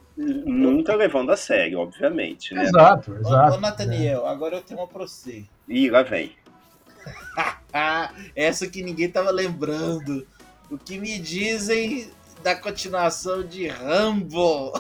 Nunca levando a sério, obviamente, né? Exato, Ô, exato. ô, Nathaniel, agora eu tenho uma pra você. Ih, lá vem. Essa que ninguém tava lembrando. O que me dizem da continuação de Rambo?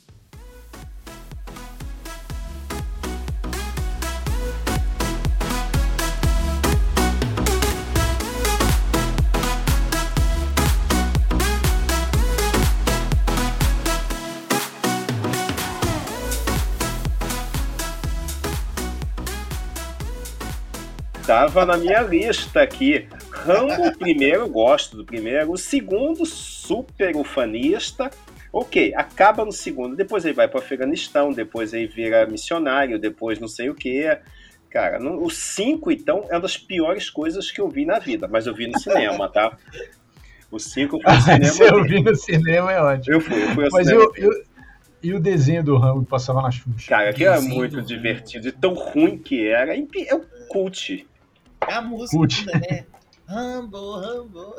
Tava na minha lista aqui. Rambo, o primeiro, eu gosto do primeiro. O segundo, super ufanista. Ok, acaba no segundo. Depois ele vai para o Afeganistão, depois ele vira missionário, depois não sei o que. Cara, no, o cinco, então, é uma das piores coisas que eu vi na vida. Mas eu vi no cinema, tá? O cinco foi no cinema. Se eu vi no cinema é ótimo. Eu fui, eu fui ao Mas cinema. eu, eu, e o desenho do Rambo que passava na Xuxa? Cara, aquilo era Desenho muito do divertido. E tão ruim que era. É o cult. É a música, Putz. né? Rambo, Rambo.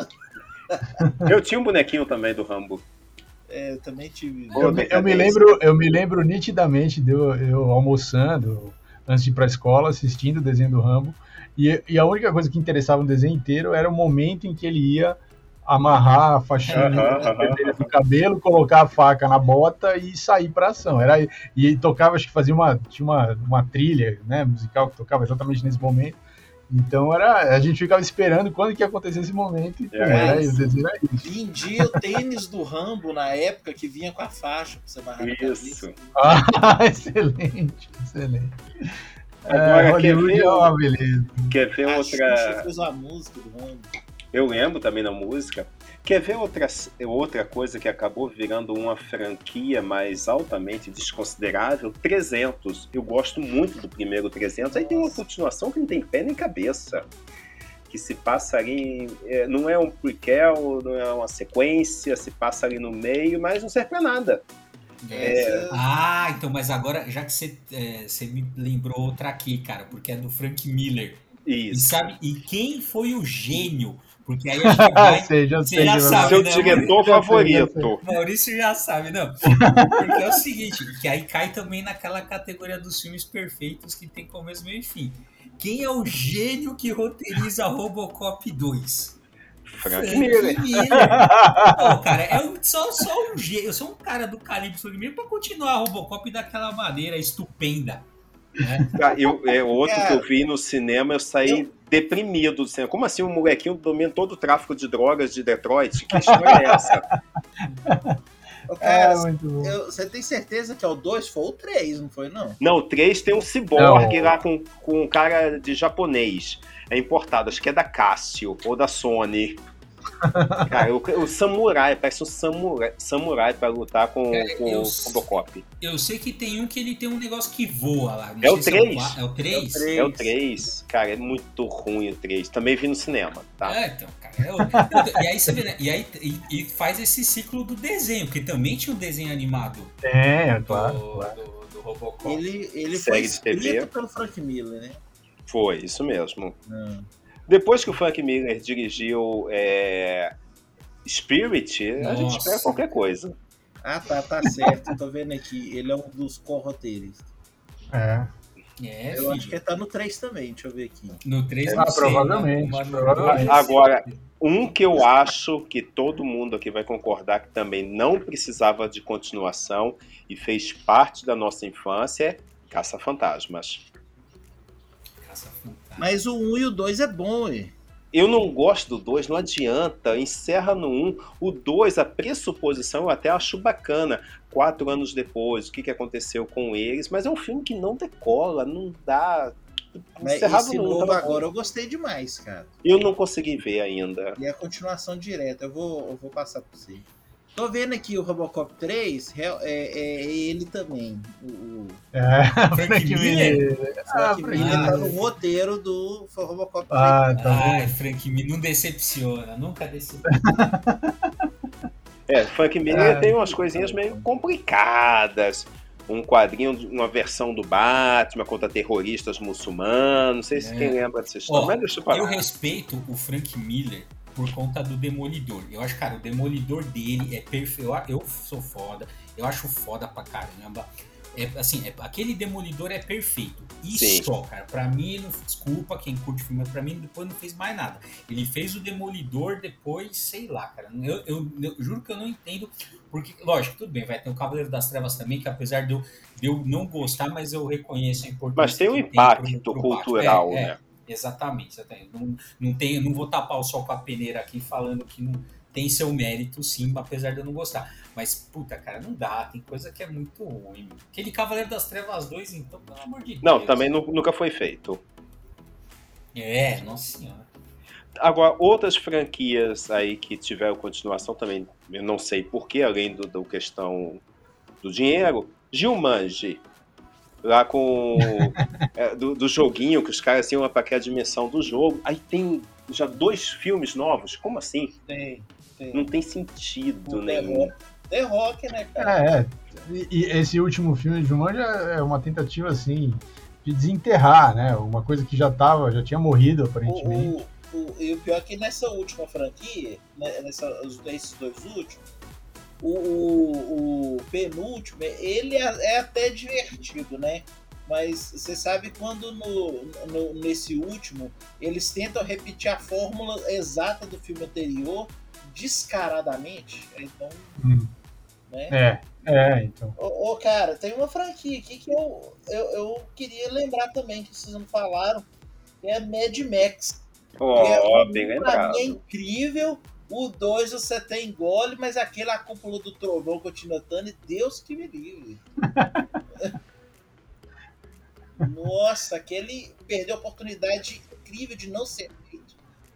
Eu tinha um bonequinho também do Rambo. É, eu também tive. Pô, Eu, me- eu me decadência. lembro, eu me lembro nitidamente de eu, eu almoçando antes de ir para a escola, assistindo o desenho do Rambo, e, e a única coisa que interessava no desenho inteiro era o momento em que ele ia amarrar a faixinha Aham, aham, vermelha do cabelo, colocar a faca na bota e sair para ação. Era, e tocava, acho que fazia uma, tinha uma, uma trilha, né, musical que tocava exatamente nesse momento. Então era, a gente ficava esperando quando que ia acontecer esse momento e, pô, É, era, mas- o desenho era isso. Vendia o tênis do Rambo na época que vinha com a faixa pra você barrar na Isso. cabeça. Ah, excelente, excelente. Agora, É, quer Hollywood ver é o- uma beleza. Quer ver A Xuxa outra. fez a música do Rambo. Eu lembro também da música. Quer ver outra, outra coisa que acabou virando uma franquia mais altamente desconsiderável? trezentos. Eu gosto muito do primeiro trezentos. Aí tem uma continuação que não tem pé nem cabeça. Que se passa ali. é, Não é um prequel, não é uma sequência, se passa ali no meio, mas não serve pra nada. Essa- Ah, então, mas agora, já que você, é, você me lembrou outra aqui, cara, porque é do Frank Miller. E Isso. sabe, e quem foi o gênio? Porque aí a gente vai. sei, já Você sei. já que vai- sabe, Seu né, diretor Já sei, já favorito. Maurício já sabe, não. Porque é o seguinte, que aí cai também naquela categoria dos filmes perfeitos que tem começo, meio e fim. Quem é o gênio que roteiriza Robocop dois? Frank Miller. Pô, cara, é um- só, só um gênio. Eu sou um cara do calibre Frank Miller pra continuar a Robocop daquela maneira estupenda. Né? Ah, eu, é outro Cara, que eu vi no cinema, eu saí deprimido do cinema. Como assim um molequinho domina todo o tráfico de drogas de Detroit? Que história é essa? Ô, cara, É, muito bom. eu- você tem certeza que é o dois? Foi o três, não foi, não? Não, o três tem um ciborgue Não. lá com, com um cara de japonês. É importado, acho que é da Casio ou da Sony. Cara, o, o samurai, parece um samurai, samurai pra lutar com, É, com eu- o Robocop. Eu sei que tem um que ele tem um negócio que voa lá. Não É o sei se três. qua- É o três? É o três. É o três. Cara, é muito ruim o três. Também vi no cinema, tá? É, então, cara. é o- E aí você vê, né? E aí e, e faz esse ciclo do desenho, porque também tinha um desenho animado É, do, claro, claro. do, do Robocop. Ele, ele Série foi de T V. escrito pelo Frank Miller, né? Foi, isso mesmo. Não. Depois que o Frank Miller dirigiu é, Spirit, a gente Nossa. espera qualquer coisa. Ah, tá, tá certo. Tô vendo aqui. Ele é um dos co-roteiristas. É. É, Eu filho. acho que ele tá no três também, deixa eu ver aqui. No três Ah, não sei, provavelmente, mas no provavelmente. dois- Agora, um que eu acho que todo mundo aqui vai concordar que também não precisava de continuação e fez parte da nossa infância é Caça-Fantasmas. Caça-Fantasma. Mas o um e o dois é bom, ué. Eu não gosto do dois, não adianta, encerra no um. O dois, a pressuposição eu até acho bacana. Quatro anos depois, o que, que aconteceu com eles, mas é um filme que não decola, não dá. Mas Encerrava esse no um, novo tava bom. agora eu gostei demais, cara. Eu não consegui ver ainda. E a continuação direta, eu vou, eu vou passar pra você. Tô vendo aqui o Robocop três, real- é, é ele também. O, o É, Frank Frank Miller? Miller. Ah, Frank Frank Miller tá Miller. no roteiro do Robocop três. Ah, tá Ai, bom. Frank Miller não decepciona, nunca decepciona. É, Frank Miller Ah, tem umas coisinhas meio complicadas. Um quadrinho, uma versão do Batman contra terroristas muçulmanos. Não sei se É. quem lembra dessa história, Ó, mas deixa eu falar. Eu respeito o Frank Miller por conta do Demolidor. Eu acho, cara, o Demolidor dele é perfeito. Eu, eu sou foda, eu acho foda pra caramba. É, assim, é, aquele Demolidor é perfeito. E Sim. só, cara, pra mim, não, desculpa quem curte filme, mas pra mim depois não fez mais nada. Ele fez o Demolidor depois, sei lá, cara. Eu, eu, eu juro que eu não entendo. Porque, lógico, tudo bem, vai ter o Cavaleiro das Trevas também, que apesar de eu, de eu não gostar, mas eu reconheço a importância. Mas tem um que impacto tem pro, pro cultural, é, né? É, exatamente. exatamente. Não, não, tem, não vou tapar o sol com a peneira aqui falando que não tem seu mérito, sim, apesar de eu não gostar. Mas, puta, cara, não dá. Tem coisa que é muito ruim. Aquele Cavaleiro das Trevas dois, então, pelo amor de Deus. Não, também nu- nunca foi feito. É, nossa senhora. Agora, outras franquias aí que tiveram continuação também, eu não sei porquê, além do, do questão do dinheiro. Jumanji, lá com é, do, do joguinho, que os caras iam para aquela dimensão do jogo. Aí tem já dois filmes novos. Como assim? Tem, tem. Não tem sentido O nenhum. The Rock, né, cara? É, é. E, e esse último filme de Jumanji é uma tentativa, assim, de desenterrar, né? Uma coisa que já tava, já tinha morrido, aparentemente. O, o, o, e o pior é que nessa última franquia, né, nessa, esses dois últimos, o, o, o penúltimo, ele é, é até divertido, né? Mas você sabe quando no, no, nesse último eles tentam repetir a fórmula exata do filme anterior descaradamente, então, Hum. né? É, é, então. Ô, ô, cara, tem uma franquia aqui que eu, eu, eu queria lembrar também, que vocês não falaram, que é Mad Max. Ó, Que é, oh, bem pra lembrado. mim é incrível. O dois você até engole, mas aquele a cúpula do trovão com o Tina Turner, Deus que me livre. Nossa, aquele perdeu a oportunidade incrível de não ser feito.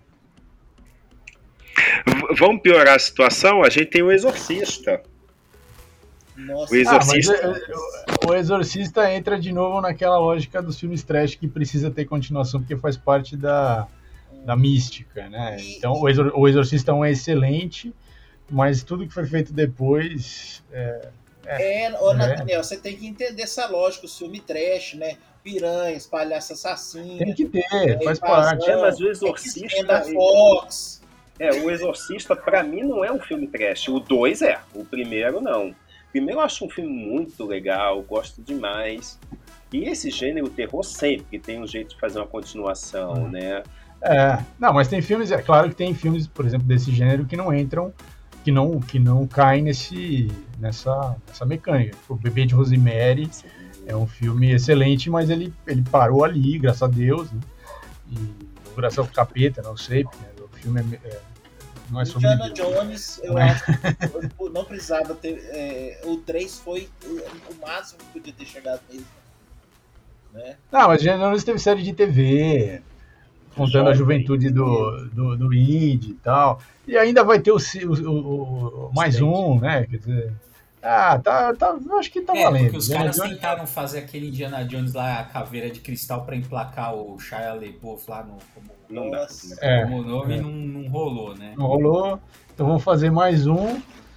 V- Vamos piorar a situação? A gente tem o Exorcista. Nossa, O Exorcista. Ah, mas é, é, o Exorcista entra de novo naquela lógica dos filmes trash que precisa ter continuação, porque faz parte da, da mística, né? Então, o, Exor, o Exorcista um é excelente, mas tudo que foi feito depois... É, É, ô, Nathaniel, você tem que entender essa lógica, o filme trash, né? Piranhas, palhaço assassino. tem que ter, é, faz invasão, parte. É, mas o X-Men Exorcista. da Fox. É, o Exorcista, pra mim, não é um filme trash. O dois é, o primeiro não. O primeiro eu acho um filme muito legal, gosto demais. E esse gênero terror sempre tem um jeito de fazer uma continuação, Hum. né? É, não, mas tem filmes, é claro que tem filmes, por exemplo, desse gênero que não entram, que não, que não caem nesse, nessa, nessa mecânica. O Bebê de Rosemary é um filme excelente, mas ele, ele parou ali, graças a Deus, né? E, ou graças ao capeta, não sei, porque o filme é, é, não é sobre Indiana Deus. Jones, eu Não é. acho que não precisava ter. É, o três foi o máximo que podia ter chegado mesmo. Né? Não, mas Indiana Jones teve série de T V, contando a Jovem, juventude do, do, do Indy e tal. E ainda vai ter o, o, o, o mais um, né? Quer dizer, ah, tá, tá, eu acho que tá É, valendo. porque os Indiana caras Jones- tentaram fazer aquele Indiana Jones lá, a caveira de cristal, pra emplacar o Shia LaBeouf lá no, como, Não dá. Nossa. É, como nome, é. não, não rolou, né? não rolou, então vamos fazer mais um.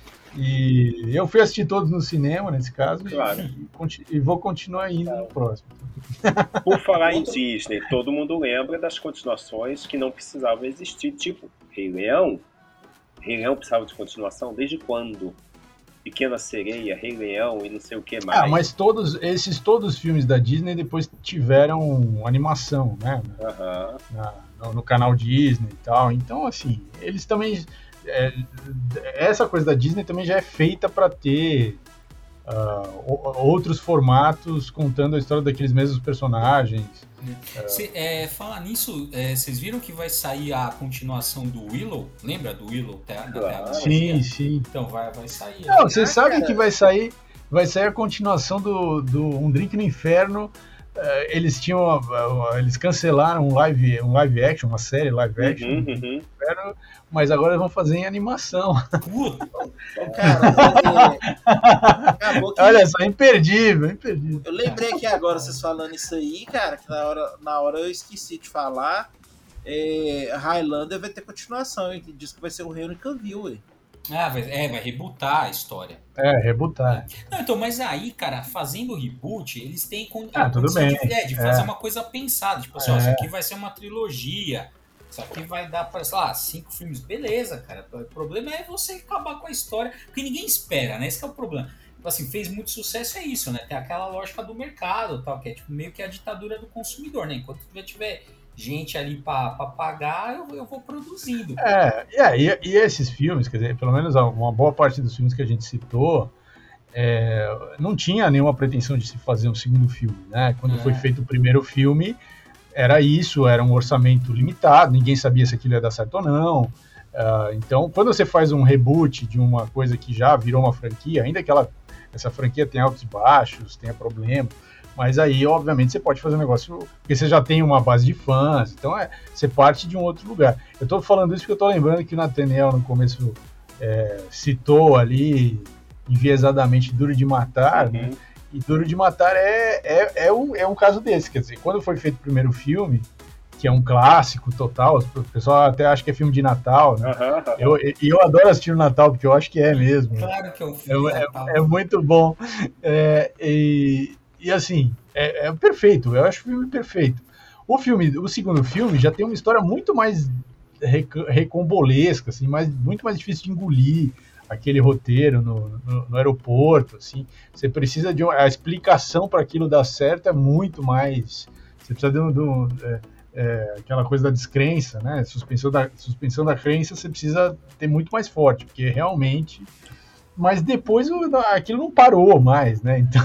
E eu fui assistir todos no cinema, nesse caso, Claro. e, conti- e vou continuar indo no próximo. Por falar em Disney, todo mundo lembra das continuações que não precisavam existir, tipo Rei Leão. Rei Leão precisava de continuação desde quando? Pequena Sereia, Rei Leão e não sei o que mais. Ah, mas todos esses todos os filmes da Disney depois tiveram animação, né? Aham. Na- no, no canal Disney e tal. Então, assim, eles também. é, essa coisa da Disney também já é feita para ter ah, o- outros formatos contando a história daqueles mesmos personagens. Cê, é, falar nisso, é, vocês viram que vai sair a continuação do Willow? Lembra do Willow? Tá, da Claro. Terra Sim, Vazia? sim. Então, vai, vai sair. Não, vocês Ah, sabem cara. que vai sair, vai sair a continuação do, do Um Drink no Inferno. Eh, eles tinham, ah, eles cancelaram um live, um live action, uma série live action, Uhum, do uhum. Inferno, mas agora eles vão fazer em animação. Puta, Ô, cara, é, acabou que. Olha só, imperdível, imperdível. Eu lembrei aqui agora, vocês falando isso aí, cara, que na hora, na hora eu esqueci de falar. É, Highlander vai ter continuação, hein? Que diz que vai ser o Henry Cavill, ué. ah, vai, é, vai rebootar a história. É, rebutar. Não, então, mas aí, cara, fazendo o reboot, eles têm con- Ah, a tudo condição bem. de, é, de fazer É. uma coisa pensada. Tipo assim, ó, É. isso aqui vai ser uma trilogia. Isso aqui vai dar para, sei lá, cinco filmes. Beleza, cara. O problema é você acabar com a história, porque ninguém espera, né? Esse que é o problema. Assim, fez muito sucesso, é isso, né? Tem aquela lógica do mercado, tal, que é tipo, meio que a ditadura do consumidor, né? Enquanto tiver gente ali para pagar, eu, eu vou produzindo. É, é e, e esses filmes, quer dizer, pelo menos uma boa parte dos filmes que a gente citou, é, não tinha nenhuma pretensão de se fazer um segundo filme, né? Quando é. foi feito o primeiro filme, era isso, era um orçamento limitado, ninguém sabia se aquilo ia dar certo ou não. Uh, então, quando você faz um reboot de uma coisa que já virou uma franquia, ainda que ela, essa franquia tenha altos e baixos, tenha problema, mas aí, obviamente, você pode fazer um negócio, porque você já tem uma base de fãs, então é, você parte de um outro lugar. Eu tô falando isso porque eu tô lembrando que o Nathaniel, no começo, é, citou ali, enviesadamente, Duro de Matar, uhum. né? E Duro de Matar é, é, é, um, é um caso desse, quer dizer, quando foi feito o primeiro filme, que é um clássico total, o pessoal até acha que é filme de Natal, né? Uhum, uhum. Eu, eu adoro assistir o Natal, porque eu acho que é mesmo. Claro que é um filme é, é, é muito bom. É, e, e assim, é, é perfeito, eu acho o filme perfeito. O filme, o segundo filme já tem uma história muito mais recombolesca, assim, mais, muito mais difícil de engolir, aquele roteiro no, no, no aeroporto, assim. Você precisa de uma... A explicação para aquilo dar certo é muito mais... Você precisa de um... De um é, É, aquela coisa da descrença, né? Suspensão da, suspensão da crença, você precisa ter muito mais forte, porque realmente... Mas depois aquilo não parou mais, né? Então...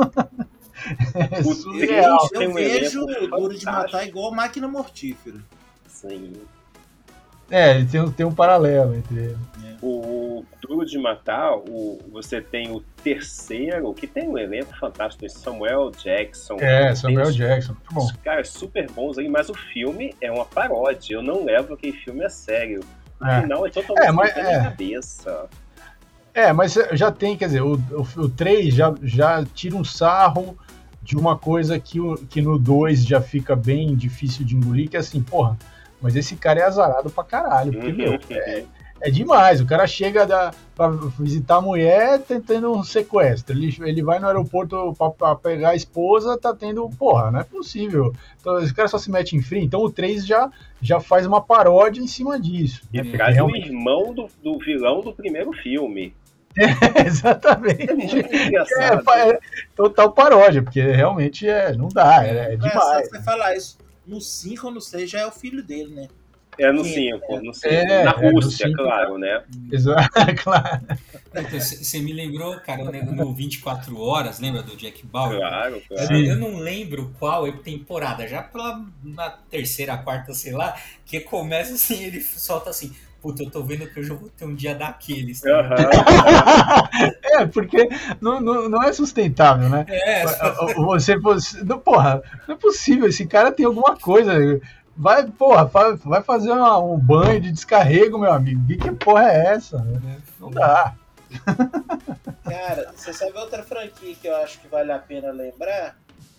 é surreal. Eu vejo o Duro de Matar igual Máquina Mortífera. Sim. É, tem, tem um paralelo entre eles. É. O Duro de Matar, o, você tem o terceiro, que tem um elenco fantástico, Samuel Jackson. É, Samuel Jackson, muito bom. Os caras super bons aí, mas o filme é uma paródia. Eu não levo aquele filme a sério. O é. final é totalmente é, mas, é. na cabeça. É, mas já tem, quer dizer, o, o, o três já, já tira um sarro de uma coisa que, o, que no dois já fica bem difícil de engolir, que é assim, porra, mas esse cara é azarado pra caralho, porque, uhum, meu, uhum. É, é demais. O cara chega da, pra visitar a mulher tentando um sequestro. Ele, ele vai no aeroporto pra, pra pegar a esposa, tá tendo... Porra, não é possível. Então, esse cara só se mete em frio. Então o três já, já faz uma paródia em cima disso. E né? traz realmente... o irmão do, do vilão do primeiro filme. É, exatamente. É muito engraçado. É, é total paródia, porque realmente é, não dá, é, é demais. Você falar isso. No cinco ou no seis já é o filho dele, né? É no cinco, é, no cinco. É, na Rússia, é claro, né? Exato, claro. Você então, me lembrou, cara, no vinte e quatro horas, lembra do Jack Bauer? Claro, claro. Eu, eu não lembro qual temporada, já pela, na terceira, quarta, sei lá, que começa assim, ele solta assim... Puta, eu tô vendo que hoje eu vou ter um dia daqueles. Tá? Uhum. É, porque não, não, não é sustentável, né? É. Você, você não, porra, não é possível. Esse cara tem alguma coisa. Vai, porra, vai fazer uma, um banho de descarrego, meu amigo. Que, que porra é essa? Não dá. Cara, você sabe outra franquia que eu acho que vale a pena lembrar?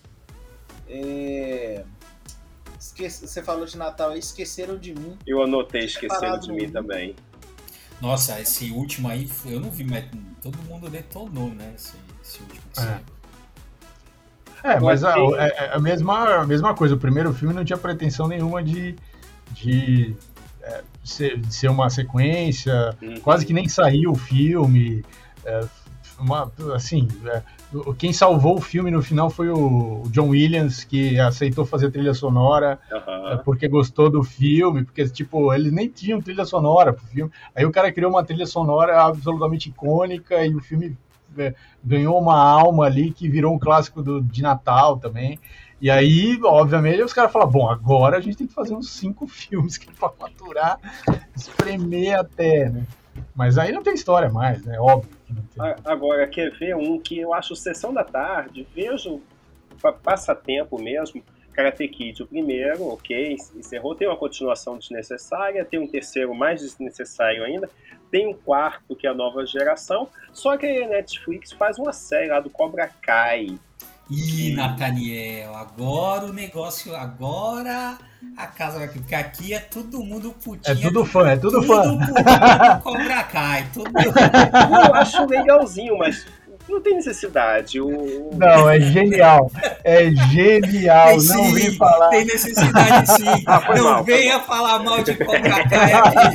É... Esquece, você falou de Natal aí, Esqueceram de Mim. Eu anotei Esqueceram de Mim também. Nossa, esse último aí, eu não vi, mas todo mundo detonou, né? Esse, esse último que saiu. É, mas a, a, a, mesma, a mesma coisa. O primeiro filme não tinha pretensão nenhuma de, de, é, ser, de ser uma sequência. Uhum. Quase que nem saiu o filme. É, uma, assim... É, quem salvou o filme no final foi o John Williams, que aceitou fazer trilha sonora uhum. porque gostou do filme, porque, tipo, eles nem tinham trilha sonora pro filme. Aí o cara criou uma trilha sonora absolutamente icônica e o filme é, ganhou uma alma ali que virou um clássico do, de Natal também. E aí, obviamente, os caras falaram, bom, agora a gente tem que fazer uns cinco filmes que para maturar, espremer até, né? Mas aí não tem história mais, né? Óbvio que não tem. Agora, quer ver um que eu acho Sessão da Tarde, vejo passatempo mesmo, Karate Kid, o primeiro, ok, encerrou, tem uma continuação desnecessária, tem um terceiro mais desnecessário ainda, tem um quarto que é a nova geração, só que a Netflix faz uma série lá do Cobra Kai. Ih, Nathaniel, agora o negócio, agora a casa vai... Porque aqui é todo mundo putinha. É tudo fã, é tudo, tudo fã. Tudo Cobra Kai, tudo... Eu acho legalzinho, mas Não tem necessidade. O... Não, é genial. É genial. Tem não sim, vim falar. Tem necessidade sim. Ah, foi não mal, foi venha mal. falar mal de Cobra Kai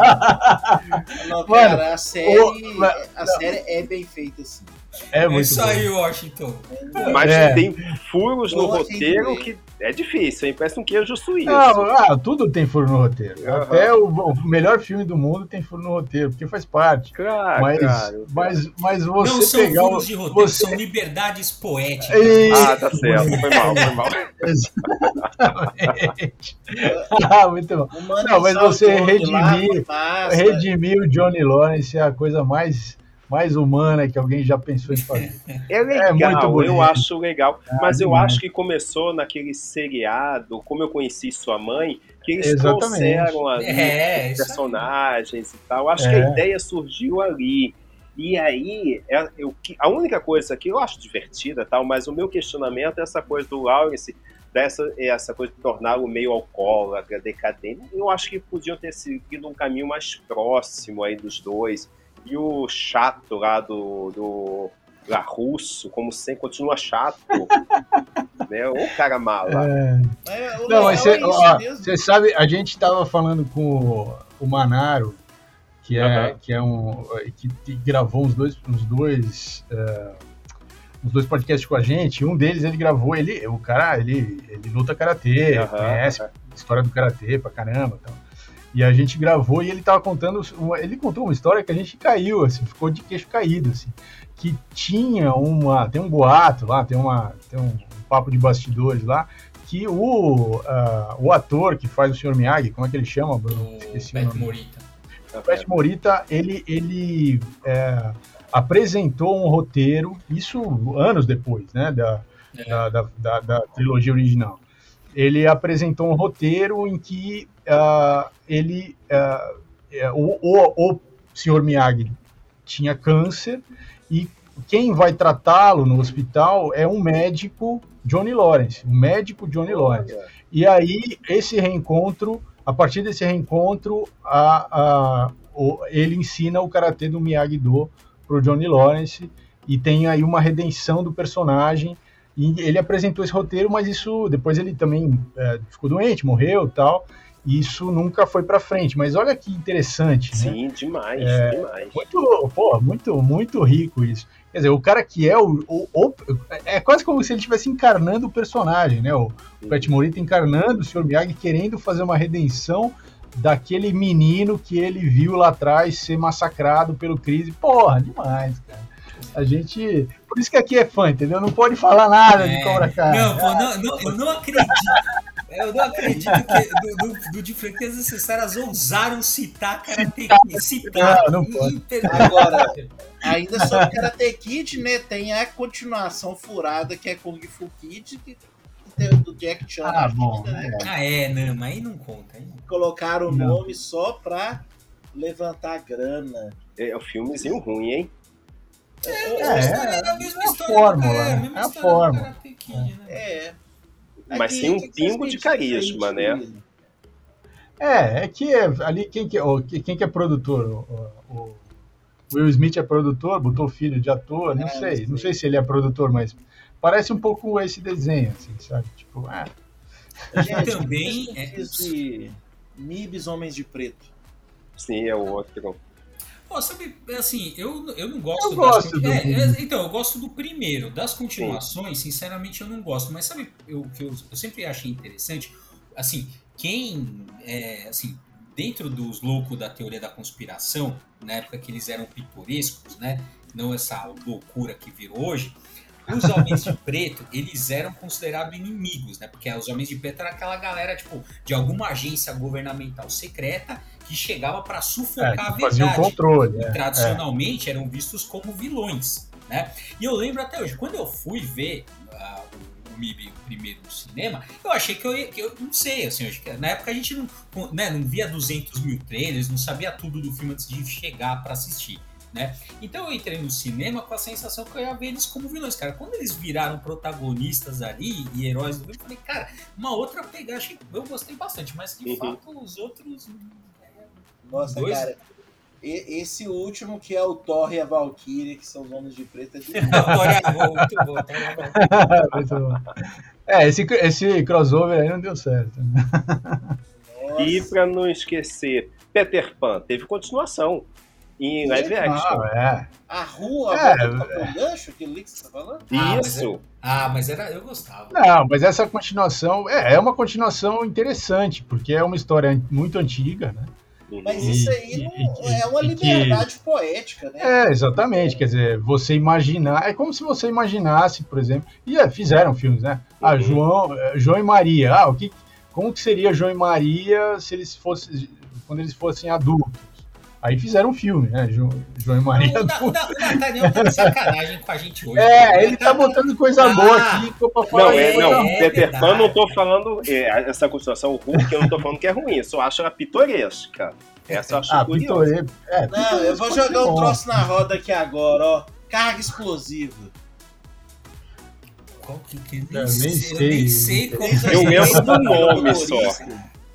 aqui. Não, cara, Mano, a série, o- a série é bem feita, assim. É É muito isso bom. aí, Washington. Mas É. tem furos no Boa, roteiro sim, que é difícil, hein? Parece um queijo suíço. Não, ah, tudo tem furo no roteiro. Aham. Até o, o melhor filme do mundo tem furo no roteiro, porque faz parte. Claro, Mas, claro. mas, mas você Não são pegar furos o, de roteiro, você... são liberdades poéticas. E- Ah, tá certo. Foi mal, foi mal. Exatamente. Ah, muito bom. O Mano Não, mas Sal você Jones lá, redimir- massa. Redimir o Johnny Lawrence é a coisa mais, mais humana que alguém já pensou em fazer. É legal, muito bonito. eu acho legal. Mas eu demais. acho que começou naquele seriado, como eu conheci sua mãe, que eles Exatamente. trouxeram ali É, os isso aí. personagens e tal. Acho É. que a ideia surgiu ali. E aí, é- eu, que- a única coisa que eu acho divertida, tal, mas o meu questionamento é essa coisa do Lawrence, dessa essa coisa de torná-lo meio alcoólatra, decadente. Eu acho que podiam ter seguido um caminho mais próximo aí dos dois. E o chato lá do, do lá, russo, como sempre, continua chato. Né? O cara mala. É. É, o Não, mas legal você, é isso ó, mesmo. você sabe, a gente estava falando com o, o Manaro, que é, Aham. que é um que, que gravou uns dois, uns dois, é, uns dois podcasts com a gente. Um deles ele gravou, ele, o cara, ele, ele luta karatê, Aham, conhece aham. a história do karatê pra caramba, então. E a gente gravou e ele tava contando, uma- ele contou uma história que a gente caiu, assim, ficou de queixo caído, assim, que tinha uma, tem um boato lá, tem uma, tem um, um papo de bastidores lá, que o, ah, o ator que faz o senhor Miyagi, como é que ele chama, Bruno? O Esqueci o Pet nome. Morita. O Pat Morita, ele, ele é, apresentou um roteiro, isso anos depois, né, da, É. da, da, da- da trilogia original. Ele apresentou um roteiro em que ah, ele, ah, é, o, o, o senhor Miyagi tinha câncer e quem vai tratá-lo no hospital é um médico, Johnny Lawrence, um médico Johnny Lawrence. Olha. E aí, esse reencontro, a partir desse reencontro, a, a, o, ele ensina o karatê do Miyagi-Do pro Johnny Lawrence e tem aí uma redenção do personagem. E ele apresentou esse roteiro, mas isso depois ele também é, ficou doente, morreu e tal. E isso nunca foi para frente. Mas olha que interessante, né? Sim, demais, É, demais. Muito, pô, muito, muito rico isso. Quer dizer, o cara que é o, o, o- é quase como se ele estivesse encarnando o personagem, né? O, o Pat Morita encarnando o senhor Miyagi, querendo fazer uma redenção daquele menino que ele viu lá atrás ser massacrado pelo Chris. Porra, demais, cara. A gente. Por isso que aqui é fã, entendeu? Não pode falar nada de É. Cobra Kai. Não, pô, não, não, eu não acredito. Eu não acredito que do, do, do de Franquias Necessárias ousaram citar Karate Kid. Citar. Não, não pode. Inter- Agora, ainda sobre Karate Kid, né? Tem a continuação furada que é Kung Fu Kid, que tem o do Jack Chan. Ah, na bom. vida, né? é. Ah, é, não, mas aí não conta. Aí não. Colocaram o Não. nome só pra levantar grana. É um filmezinho ruim, hein? É, a é, história era a é mesma a história fórmula, do- é, a né? mesma É a história do fórmula. Karate Kid, né? É. Mas Aqui, tem um o que que pingo vocês de têm carisma, né? diferente? É, é que é, ali quem que, ó, que- quem que é produtor? O, o- o Will Smith é produtor, botou o filho de ator, não É, sei, não não sei. sei se ele é produtor, mas parece um pouco esse desenho, assim, sabe? Tipo, ah, Gente, Também o que é- vocês diz de Mibs Homens de Preto? Sim, é o outro. Pô, sabe, assim, eu, eu não gosto Eu das gosto conti- do- é, é, então, eu gosto do primeiro. Das continuações, sinceramente, eu não gosto. Mas sabe o que eu, eu sempre achei interessante? Assim, quem, é, assim, dentro dos loucos da teoria da conspiração, na época que eles eram pitorescos, né? Não essa loucura que virou hoje. Os Homens de Preto, eles eram considerados inimigos, né? Porque os Homens de Preto era aquela galera, tipo, de alguma agência governamental secreta que chegava para é, sufocar a que fazia o verdade. controle. E É, tradicionalmente eram vistos como vilões, né? E eu lembro até hoje, quando eu fui ver ah, o, o M I B o primeiro no cinema, eu achei que eu ia, que eu não sei, assim, eu acho que na época a gente não, né, não via duzentos mil trailers, não sabia tudo do filme antes de chegar para assistir, né? Então eu entrei no cinema com a sensação que eu ia ver eles como vilões, cara. Quando eles viraram protagonistas ali e heróis do filme, eu falei, cara, uma outra pegada, achei- eu gostei bastante, mas de Uhum. fato os outros... Nossa, Dois? cara, E- esse último que é o Thor e a Valkyrie, que são os homens de preto, é de... O Thor é bom, muito bom. Thor é bom. Muito bom. É, esse, esse crossover aí não deu certo. Nossa. E pra não esquecer, Peter Pan teve continuação em live action. Ah, é. A rua, É, a volta do Capitão Gancho, aquilo ali que você tá falando? Ah, mas Isso. é- Ah, mas era, eu gostava. Não, mas essa continuação é, é uma continuação interessante, porque é uma história muito antiga, né? Mas Uhum. isso aí E- não, e- é uma e que- liberdade poética, né? É, exatamente. Quer dizer, você imaginar. É como se você imaginasse, por exemplo. E é, fizeram filmes, né? Ah, Uhum. João, eh, João e Maria. Ah, o que, como que seria João e Maria se eles fossem. Quando eles fossem adultos? Aí fizeram um filme, né? Jo, João e Maria. Não, o, Na- o, Na- o Nathaniel tá de sacanagem com a gente hoje. É, ele tá botando coisa Ah, boa aqui pra falar. Não, é, não, é Peter Pan verdade. não tô falando. é, essa continuação, o Hulk, eu não tô falando que é ruim, eu só acho ela pitoresca. Essa eu acho Ah, curiosa. Pitore. É, Não, eu Pitore vou pode jogar ser um bom. troço na roda aqui agora, ó. Carga explosiva. Qual que, que Eu nem, nem sei, eu sei. nem sei como Eu que Eu é lembro esse do nome motorista. só.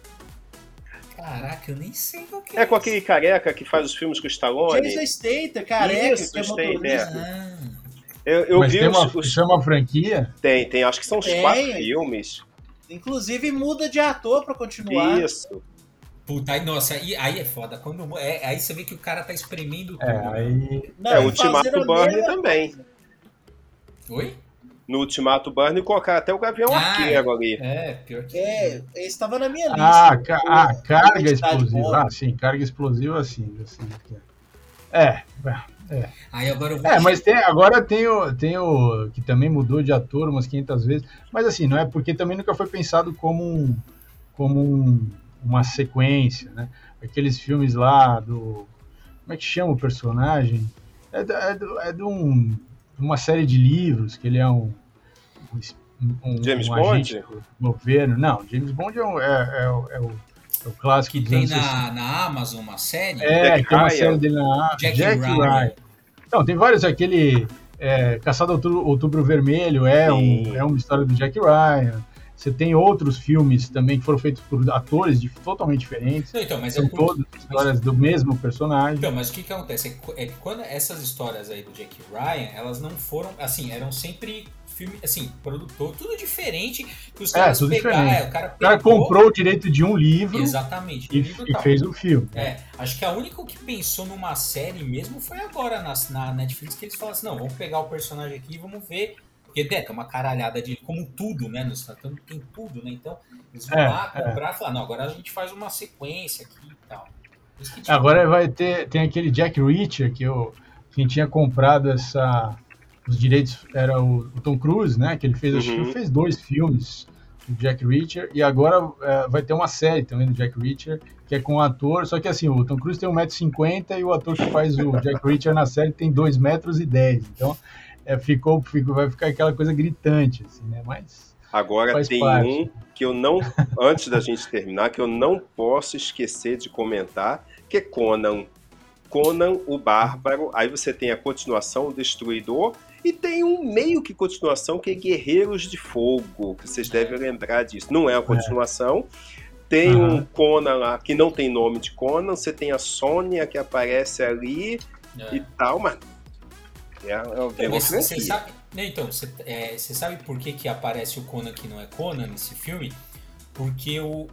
Caraca, eu nem sei qual que é. É com esse. aquele careca que faz os filmes com o Stallone. Jason Statham, careca, Isso, que é Statham, motorista. Ah, Eu, eu Mas vi tem os, uma, os- chama uma franquia? Tem, tem, acho que são uns Tem. quatro filmes. Inclusive muda de ator pra continuar. Isso. puta, aí, nossa, aí, aí é foda. Quando, é, aí você vê que o cara tá espremendo tudo. É, aí. Não, É, o e Ultimato fazendo a Burn mesma também. coisa. Oi? No Ultimato Burn colocaram até o Gavião Ah, Arqueiro ali. É, pior que. É, esse estava na minha lista. Ah, ca ah, carga Identidade explosiva. Born. Ah, sim, carga explosiva, assim. assim é. É, Aí agora eu vou. é, mas tem, agora tem o, tem o que também mudou de ator umas quinhentas vezes, mas assim, não é porque também nunca foi pensado como, um, como um, uma sequência, né? Aqueles filmes lá do... Como é que chama o personagem? É, do- é, do- é de um, uma série de livros, que ele é um... um, um James um Bond? agente do governo. Não, James Bond é, um- é, é, o- é o, é o clássico Que dos tem anos na, na Amazon uma série. é, Jack tem uma Ryan. série dele na Jack Jack, Ryan. Ryan. Não, tem vários, aquele é, Caçado ao Outubro, Outubro Vermelho é, um, Sim. é uma história do Jack Ryan. Você tem outros filmes também que foram feitos por atores de, totalmente diferentes. Não, então, mas é São por- todas histórias do mesmo personagem. Então, mas o que que acontece? É que- É que quando essas histórias aí do Jack Ryan, elas não foram, assim, eram sempre filme, assim, produtor, tudo diferente que os É, caras tudo pegaram. diferente. É, o cara O cara pegou- comprou o direito de um livro Exatamente. e, o livro e tal. fez o filme. É, acho que a única que pensou numa série mesmo foi agora na, na Netflix, que eles falaram assim, não, vamos pegar o personagem aqui e vamos ver. Porque né, tem uma caralhada de. Como tudo, né? Nos Estados Unidos tem tudo, né? Então, eles vão É, lá é. comprar e falar, não, agora a gente faz uma sequência aqui e tal. Por isso que, tipo, Agora vai ter, tem aquele Jack Reacher que eu, quem tinha comprado essa, os direitos era o, o Tom Cruise, né? Que ele fez, acho que Uhum. ele fez dois filmes do Jack Reacher e agora é, vai ter uma série também do Jack Reacher que é com o ator, só que assim, o Tom Cruise tem um metro e cinquenta e o ator que faz o Jack Reacher na série tem dois metros e dez, então é, ficou, ficou, vai ficar aquela coisa gritante, assim, né? Mas Agora faz tem parte. um que eu não, antes da gente terminar, que eu não posso esquecer de comentar, que é Conan. Conan o Bárbaro. Aí você tem a continuação, o Destruidor, e tem um meio que continuação que é Guerreiros de Fogo, que vocês devem lembrar disso. Não é a continuação. Tem Uhum. um Conan lá que não tem nome de Conan, você tem a Sônia que aparece ali é. e tal, mas é, é, é uma Mas Você franquia. sabe, né, então, você é, você sabe por que, que aparece o Conan que não é Conan nesse filme? Porque o,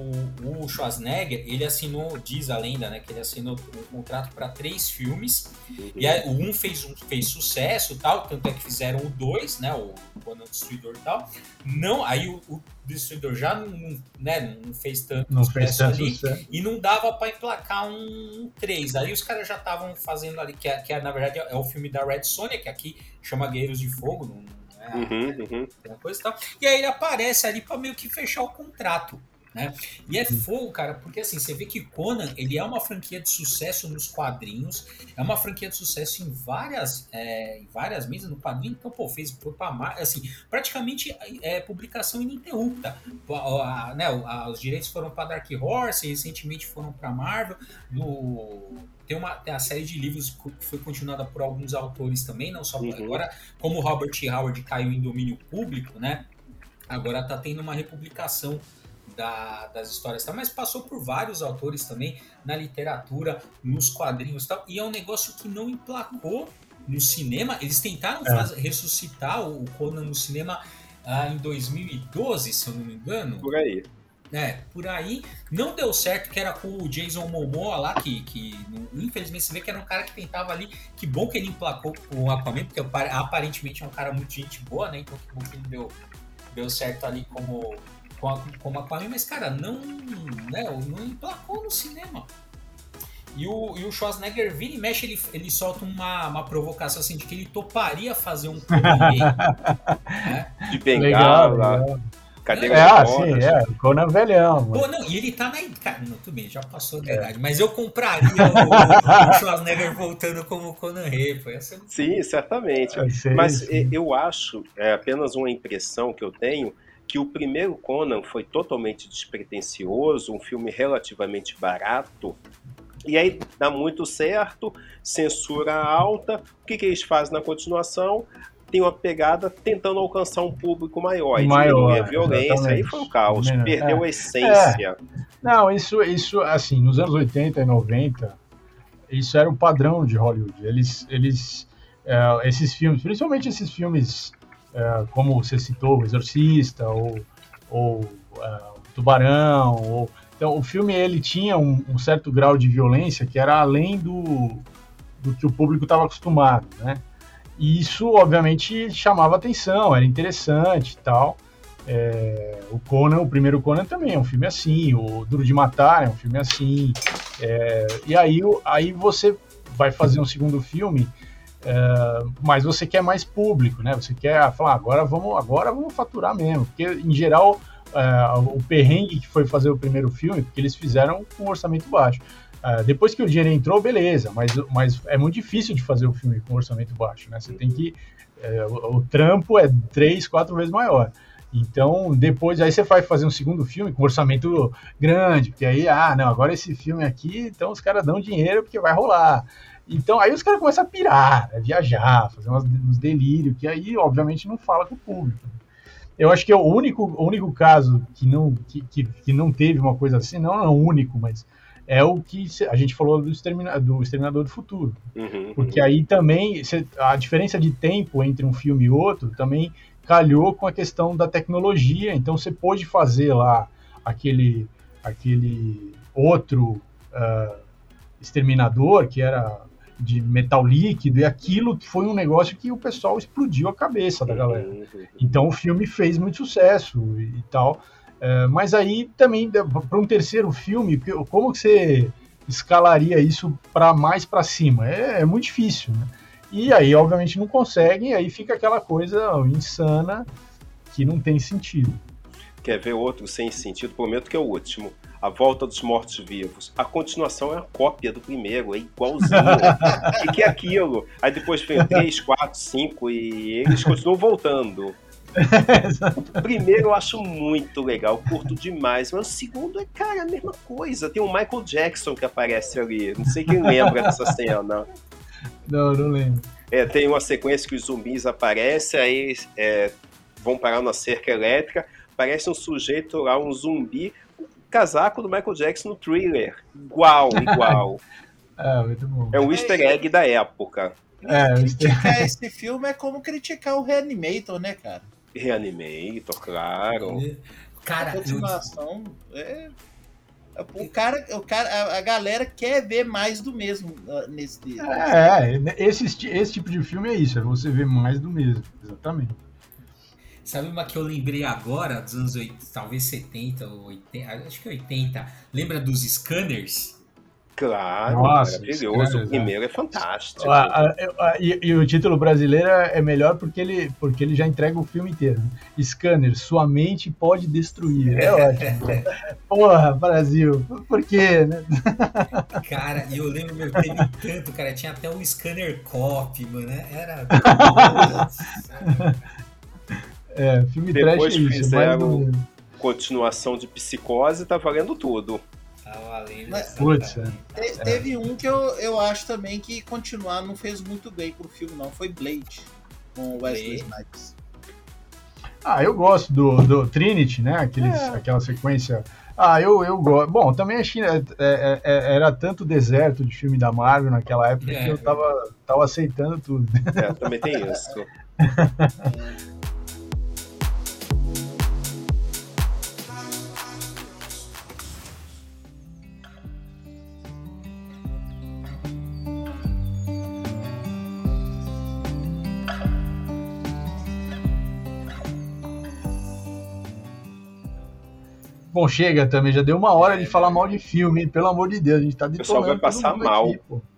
o, o Schwarzenegger, ele assinou, diz a lenda, né, que ele assinou um contrato para três filmes, e aí, o um fez, um fez sucesso e tal, tanto é que fizeram o dois, né, o Conan Destruidor e tal, não, aí o, o Destruidor já não, né, não fez tanto não sucesso fez tanto ali, sucesso. e não dava pra emplacar um três. Aí os caras já estavam fazendo ali, que, é, que é, na verdade é o filme da Red Sonja, que aqui chama Guerreiros de Fogo, não, não é a- Uhum, uhum. tem uma coisa e tal. E aí ele aparece ali pra meio que fechar o contrato, né? E é fogo, cara, porque assim, você vê que Conan, ele é uma franquia de sucesso nos quadrinhos, é uma franquia de sucesso em várias, é, em várias mídias no quadrinho, então, pô, fez foi pra mar, assim, praticamente é publicação ininterrupta. A, a, né, a, os direitos foram pra Dark Horse, recentemente foram pra Marvel, no... Tem uma tem a série de livros que foi continuada por alguns autores também, não só por Uhum. agora, como Robert Howard caiu em domínio público, né? Agora tá tendo uma republicação da, das histórias, tá? Mas passou por vários autores também, na literatura, nos quadrinhos e tal, e é um negócio que não emplacou no cinema. Eles tentaram É. fazer, ressuscitar o Conan no cinema ah, em dois mil e doze, se eu não me engano. Por aí. É, por aí. Não deu certo, que era com o Jason Momoa lá, que, que infelizmente você vê que era um cara que tentava ali. Que bom que ele emplacou com o Aquaman, porque aparentemente é um cara muito gente boa, né? Então que bom que ele deu, deu certo ali como, como Aquaman, mas cara, não, né, não emplacou no cinema. E o, e o Schwarzenegger vira e mexe, ele, ele solta uma, uma provocação assim de que ele toparia fazer um Conan Rei, né? De bengala. Legal, legal. Cadeira É, de ah, rodas. sim, é, o Conan velhão. Pô, Mano. não, e ele tá na cara, não, tudo bem, já passou da idade, mas eu compraria o, o Schwarzenegger voltando como Conan Rei, pô, ia ser... Sim, certamente. É, sei, Mas sim. eu acho, é apenas uma impressão que eu tenho, que o primeiro Conan foi totalmente despretensioso, um filme relativamente barato, e aí dá muito certo, censura alta, o que, que eles fazem na continuação? Tem uma pegada tentando alcançar um público maior, e Maior, diminuir a violência, exatamente. aí foi um caos, É. perdeu a essência. Não, isso, isso, assim, nos anos oitenta e noventa, isso era o padrão de Hollywood. Eles, eles é, esses filmes, principalmente esses filmes, é, como você citou, O Exorcista, ou, ou é, Tubarão, ou... Então, o filme, ele tinha um, um certo grau de violência que era além do, do que o público estava acostumado, né? E isso, obviamente, chamava atenção, era interessante e tal. É, o Conan, o primeiro Conan também é um filme assim, o Duro de Matar é um filme assim. É, e aí, aí você vai fazer um segundo filme, é, mas você quer mais público, né? Você quer falar, agora vamos, agora vamos faturar mesmo. Porque, em geral, é, o perrengue que foi fazer o primeiro filme, porque eles fizeram com um orçamento baixo. Uh, depois que o dinheiro entrou, beleza, mas, mas é muito difícil de fazer um filme com orçamento baixo, né? Você tem que... É, o, o trampo é três, quatro vezes maior. Então, depois, aí você vai fazer um segundo filme com orçamento grande, porque aí, ah, não, agora esse filme aqui, então os caras dão dinheiro porque vai rolar. Então, aí os caras começam a pirar, né? Viajar, fazer umas, uns delírios, que aí, obviamente, não fala com o público. Eu acho que é o único, o único caso que não, que, que, que não teve uma coisa assim, não é o único, mas... é o que a gente falou do, Extermina, do Exterminador do Futuro. Uhum, porque uhum. aí também, a diferença de tempo entre um filme e outro também calhou com a questão da tecnologia. Então você pôde fazer lá aquele, aquele outro uh, Exterminador, que era de metal líquido, e aquilo foi um negócio que o pessoal explodiu a cabeça da galera. Uhum. Então o filme fez muito sucesso e, e tal. Uh, mas aí também, para um terceiro filme, como que você escalaria isso para mais para cima? É, é muito difícil, né? E aí, obviamente, não conseguem, aí fica aquela coisa insana que não tem sentido. Quer ver outro sem sentido? Prometo que é o último. A Volta dos Mortos-Vivos. A continuação é a cópia do primeiro, é igualzinho. O que é aquilo? Aí depois vem três, quatro, cinco e eles continuam voltando. O primeiro eu acho muito legal, curto demais, mas o segundo é, cara, a mesma coisa. Tem o Michael Jackson que aparece ali, não sei quem lembra dessa cena. Não, não lembro. É, tem uma sequência que os zumbis aparecem, aí é, vão parar na cerca elétrica, parece um sujeito lá, um zumbi, um casaco do Michael Jackson no Thriller, igual, igual. É, muito bom. É um easter egg da época. É, criticar esse filme é como criticar o Reanimator, né, cara? Reanimator, claro. Cara, a continuação eu... é... O cara, o cara, a galera quer ver mais do mesmo uh, nesse dia. É, esse, esse tipo de filme é isso, é você ver mais do mesmo, exatamente. Sabe uma que eu lembrei agora, dos anos oitenta, talvez setenta ou oitenta, acho que oitenta, lembra dos Scanners? Claro, Nossa, maravilhoso. Scanners, o primeiro é, é fantástico. A, a, a, e, e o título brasileiro é melhor porque ele, porque ele já entrega o filme inteiro. Né? Scanner, sua mente pode destruir. É ótimo. Porra, Brasil, por quê? Né? Cara, e eu lembro, meu, teve tanto, cara. Tinha até o Scanner Cop, mano. Era. É, filme Depois trash é isso. Fizeram mais continuação de Psicose, tá valendo tudo. Tá valendo. Mas, putz, é. Te, teve um que eu, eu acho também que continuar não fez muito bem pro filme, não. Foi Blade, com o Wesley Snipes. Ah, eu gosto do, do Trinity, né? Aqueles, É. Aquela sequência. Ah, eu, eu gosto. Bom, também a China é, é, é, era tanto deserto de filme da Marvel naquela época É, que eu tava, tava aceitando tudo. É, também tem isso. Bom, chega também, já deu uma hora de falar mal de filme, hein? Pelo amor de Deus, a gente tá O pessoal detonando vai todo passar mundo mal. aqui, pô.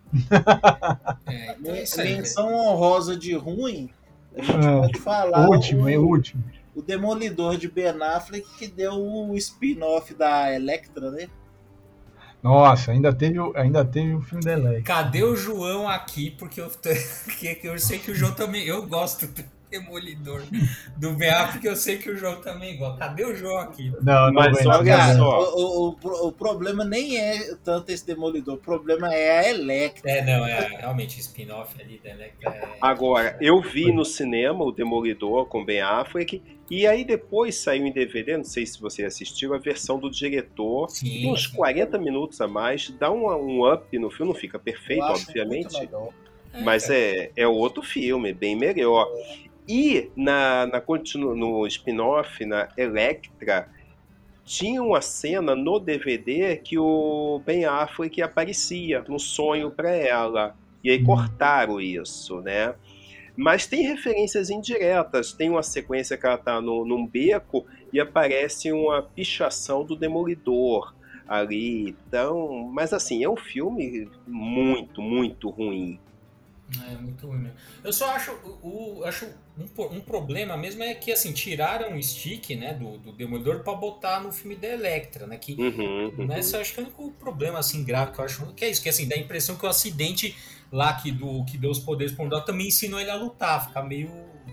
É, então é isso aí. Menção honrosa de ruim, a gente Ah, pode falar O último, o, hein? O último. o Demolidor de Ben Affleck, que deu o spin-off da Electra, né? Nossa, ainda teve, o- ainda teve o filme da Electra. Cadê o João aqui? Porque eu, que eu sei que o João também. Eu gosto do Demolidor do B A, porque eu sei que o João também gosta. Cadê o João aqui? Não, não Mas vem, olha não, Cara, não. só. o, o, o problema nem é tanto esse Demolidor, o problema é a Electra. É, não, é realmente spin-off ali da Electra. É... Agora, eu vi no cinema o Demolidor com Ben Affleck, e aí depois saiu em D V D, não sei se você assistiu, a versão do diretor, Sim, que tem uns sim. quarenta minutos a mais, dá um, um up no filme, não fica perfeito, Eu acho muito obviamente, legal. mas é, é outro filme, bem melhor. E na, na continu, no spin-off, na Electra, tinha uma cena no D V D que o Ben Affleck aparecia no sonho para ela. E aí Hum. cortaram isso, né? Mas tem referências indiretas. Tem uma sequência que ela tá no, num beco e aparece uma pichação do Demolidor ali. Então, mas assim, é um filme muito, muito ruim. É muito ruim mesmo. Eu só acho, o, o- acho um, po- um problema mesmo é que assim, tiraram o stick, né, do, do Demolidor pra botar no filme da Electra, né? Que Uhum, uhum. nessa eu acho que é o único problema assim grave que eu acho que é isso, que assim, dá a impressão que o acidente lá que, do, que deu os poderes pro Mondor também ensinou ele a lutar, fica meio.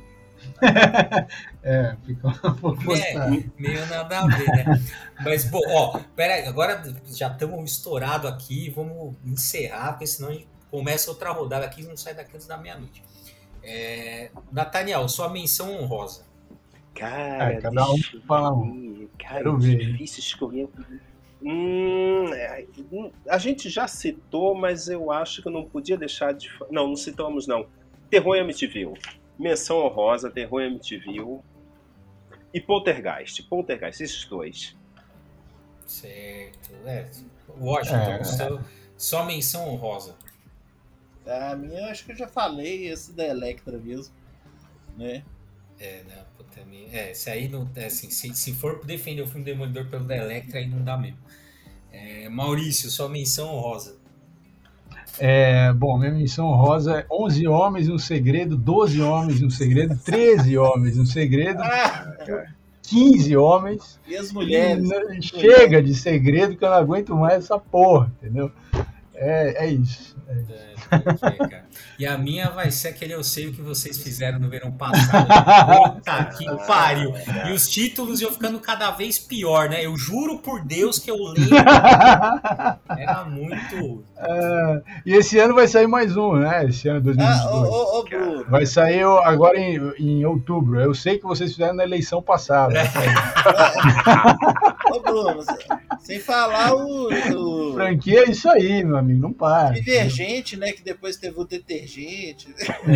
É, fica um pouco forçado. É, meio nada a ver, né? Mas, bom, ó, pera aí, agora já estamos estourados aqui, vamos encerrar, porque senão a gente começa outra rodada aqui e não sai daqui antes da meia-noite. É, Nathaniel, sua menção honrosa. Cara, É, cada um deixa eu fala um. ver. Cara, Quero é ver. difícil escolher. Hum, é, hum, a gente já citou, mas eu acho que eu não podia deixar de. fa- Não, não citamos, não. Terror em Amityville. Menção honrosa, Terror em Amityville. E Poltergeist. Poltergeist, esses dois. Certo. É, Washington, É. sua, sua menção honrosa. A minha, eu acho que eu já falei, esse da Electra mesmo, né? É, não, pô, também. É, se aí não. É, assim, se, se for defender o filme Demolidor pelo da Electra, aí não dá mesmo. É, Maurício, sua menção honrosa. É, bom, minha missão rosa é onze homens, um segredo, doze homens, um segredo, treze homens, um segredo, Ah, quinze homens. e as mulheres? E, chega de segredo que eu não aguento mais essa porra, entendeu? É, é isso. É isso. É, porque, cara. E a minha vai ser aquele eu sei o que vocês fizeram no verão passado. Puta que pariu. E os títulos iam ficando cada vez pior, né? Eu juro por Deus que eu lembro. Era muito. É, e esse ano vai sair mais um, né? Esse ano dois mil e vinte e Ah, dois. ô, ô, ô, Bruno. Vai sair agora em, em outubro. Eu sei que vocês fizeram na eleição passada. Vai sair. Ô, Bruno, sem falar o, o Franquia é isso aí, meu amigo. Não para. Divergente, né? Que depois teve o Detergente.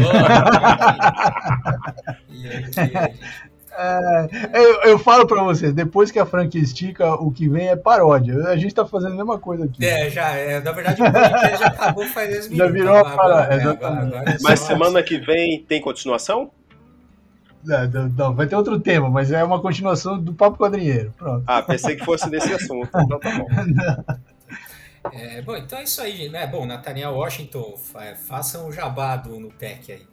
E aí, que, gente, É, eu, eu falo pra vocês, depois que a franquia estica, o que vem é paródia. A gente tá fazendo a mesma coisa aqui. é, já, é, na verdade, o podcast já acabou faz dez Já minutos. virou uma Agora- parada, é, agora- exatamente. agora é Mas só- semana que vem tem continuação? Não, não, não, vai ter outro tema, mas é uma continuação do Papo Quadrinheiro. Pronto. Ah, pensei que fosse nesse assunto. Então tá bom. É, bom, então é isso aí, gente, né? Bom, Nathaniel Washington, fa- façam o jabá do Nutec aí.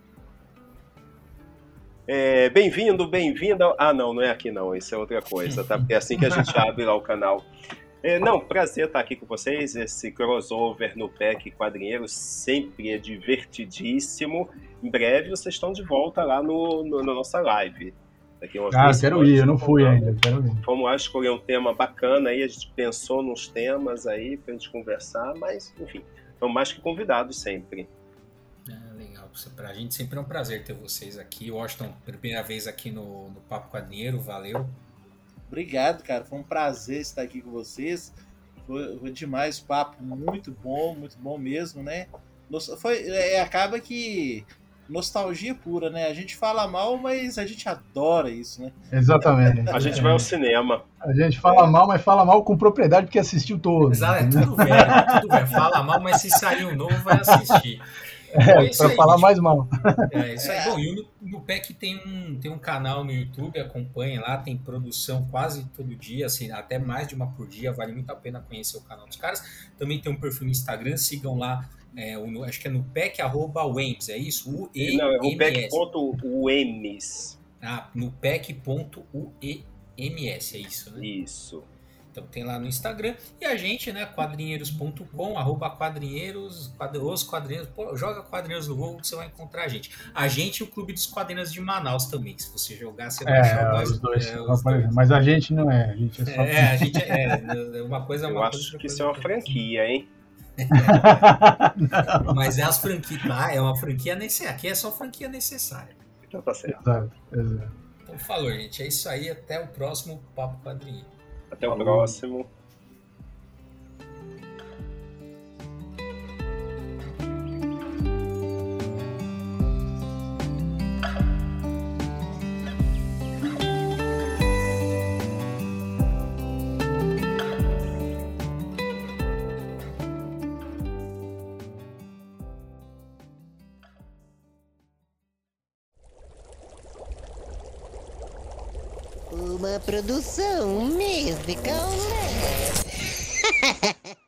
É, bem-vindo, bem-vinda. Ah, não, não é aqui não, isso é outra coisa, tá? Porque é assim que a gente abre lá o canal. É, não, prazer estar aqui com vocês. Esse crossover no P E C Quadrinheiro sempre é divertidíssimo. Em breve vocês estão de volta lá no, no- na nossa live. Daqui umas Ah, duas eu quero semanas, ir, eu não fui vamos- ainda, eu quero ir. Vamos lá escolher um tema bacana aí, a gente pensou nos temas aí pra gente conversar, mas enfim, estão mais que convidados sempre. Ah, legal. Pra gente sempre é um prazer ter vocês aqui. Washington, primeira vez aqui no, no Papo Quadrinheiro, valeu. Obrigado, cara. Foi um prazer estar aqui com vocês. Foi, foi demais, papo muito bom, muito bom mesmo, né? Nos, foi, é, acaba que nostalgia pura, né? A gente fala mal, mas a gente adora isso, né? Exatamente. A gente vai ao cinema. A gente fala é. mal, mas fala mal com propriedade porque assistiu todo. Exato, é tudo velho, é tudo velho. Fala mal, mas se sair um novo, vai assistir. É, é para falar gente. mais mal. É isso aí. Bom, e o No P E C tem um, tem um canal no YouTube, acompanhem lá, tem produção quase todo dia, assim, até mais de uma por dia, vale muito a pena conhecer o canal dos caras. Também tem um perfil no Instagram, sigam lá, é, o, acho que é no P E C arroba Wems, é isso? U E M S. Não, é o P E C ponto U E M S. Ah, no P E C ponto U E M S, é isso, né? Isso. Então tem lá no Instagram. E a gente, né, quadrinheiros ponto com, arroba quadrinheiros, os quadrinheiros, pô, joga quadrinheiros no Google que você vai encontrar a gente. A gente e o Clube dos Quadrinhos de Manaus também. Se você jogar, você vai é, achar nós, os dois. É, os dois. Mas a gente não é, a gente é só... É, a gente é, é uma coisa... Eu uma acho coisa, que isso é uma franquia, hein? Mas é as franquias, tá? É uma franquia necessária. Aqui é só franquia necessária. Então tá certo. Exato, exato. Então falou, gente. É isso aí. Até o próximo Papo Quadrinho. Até o próximo. Uma produção musical.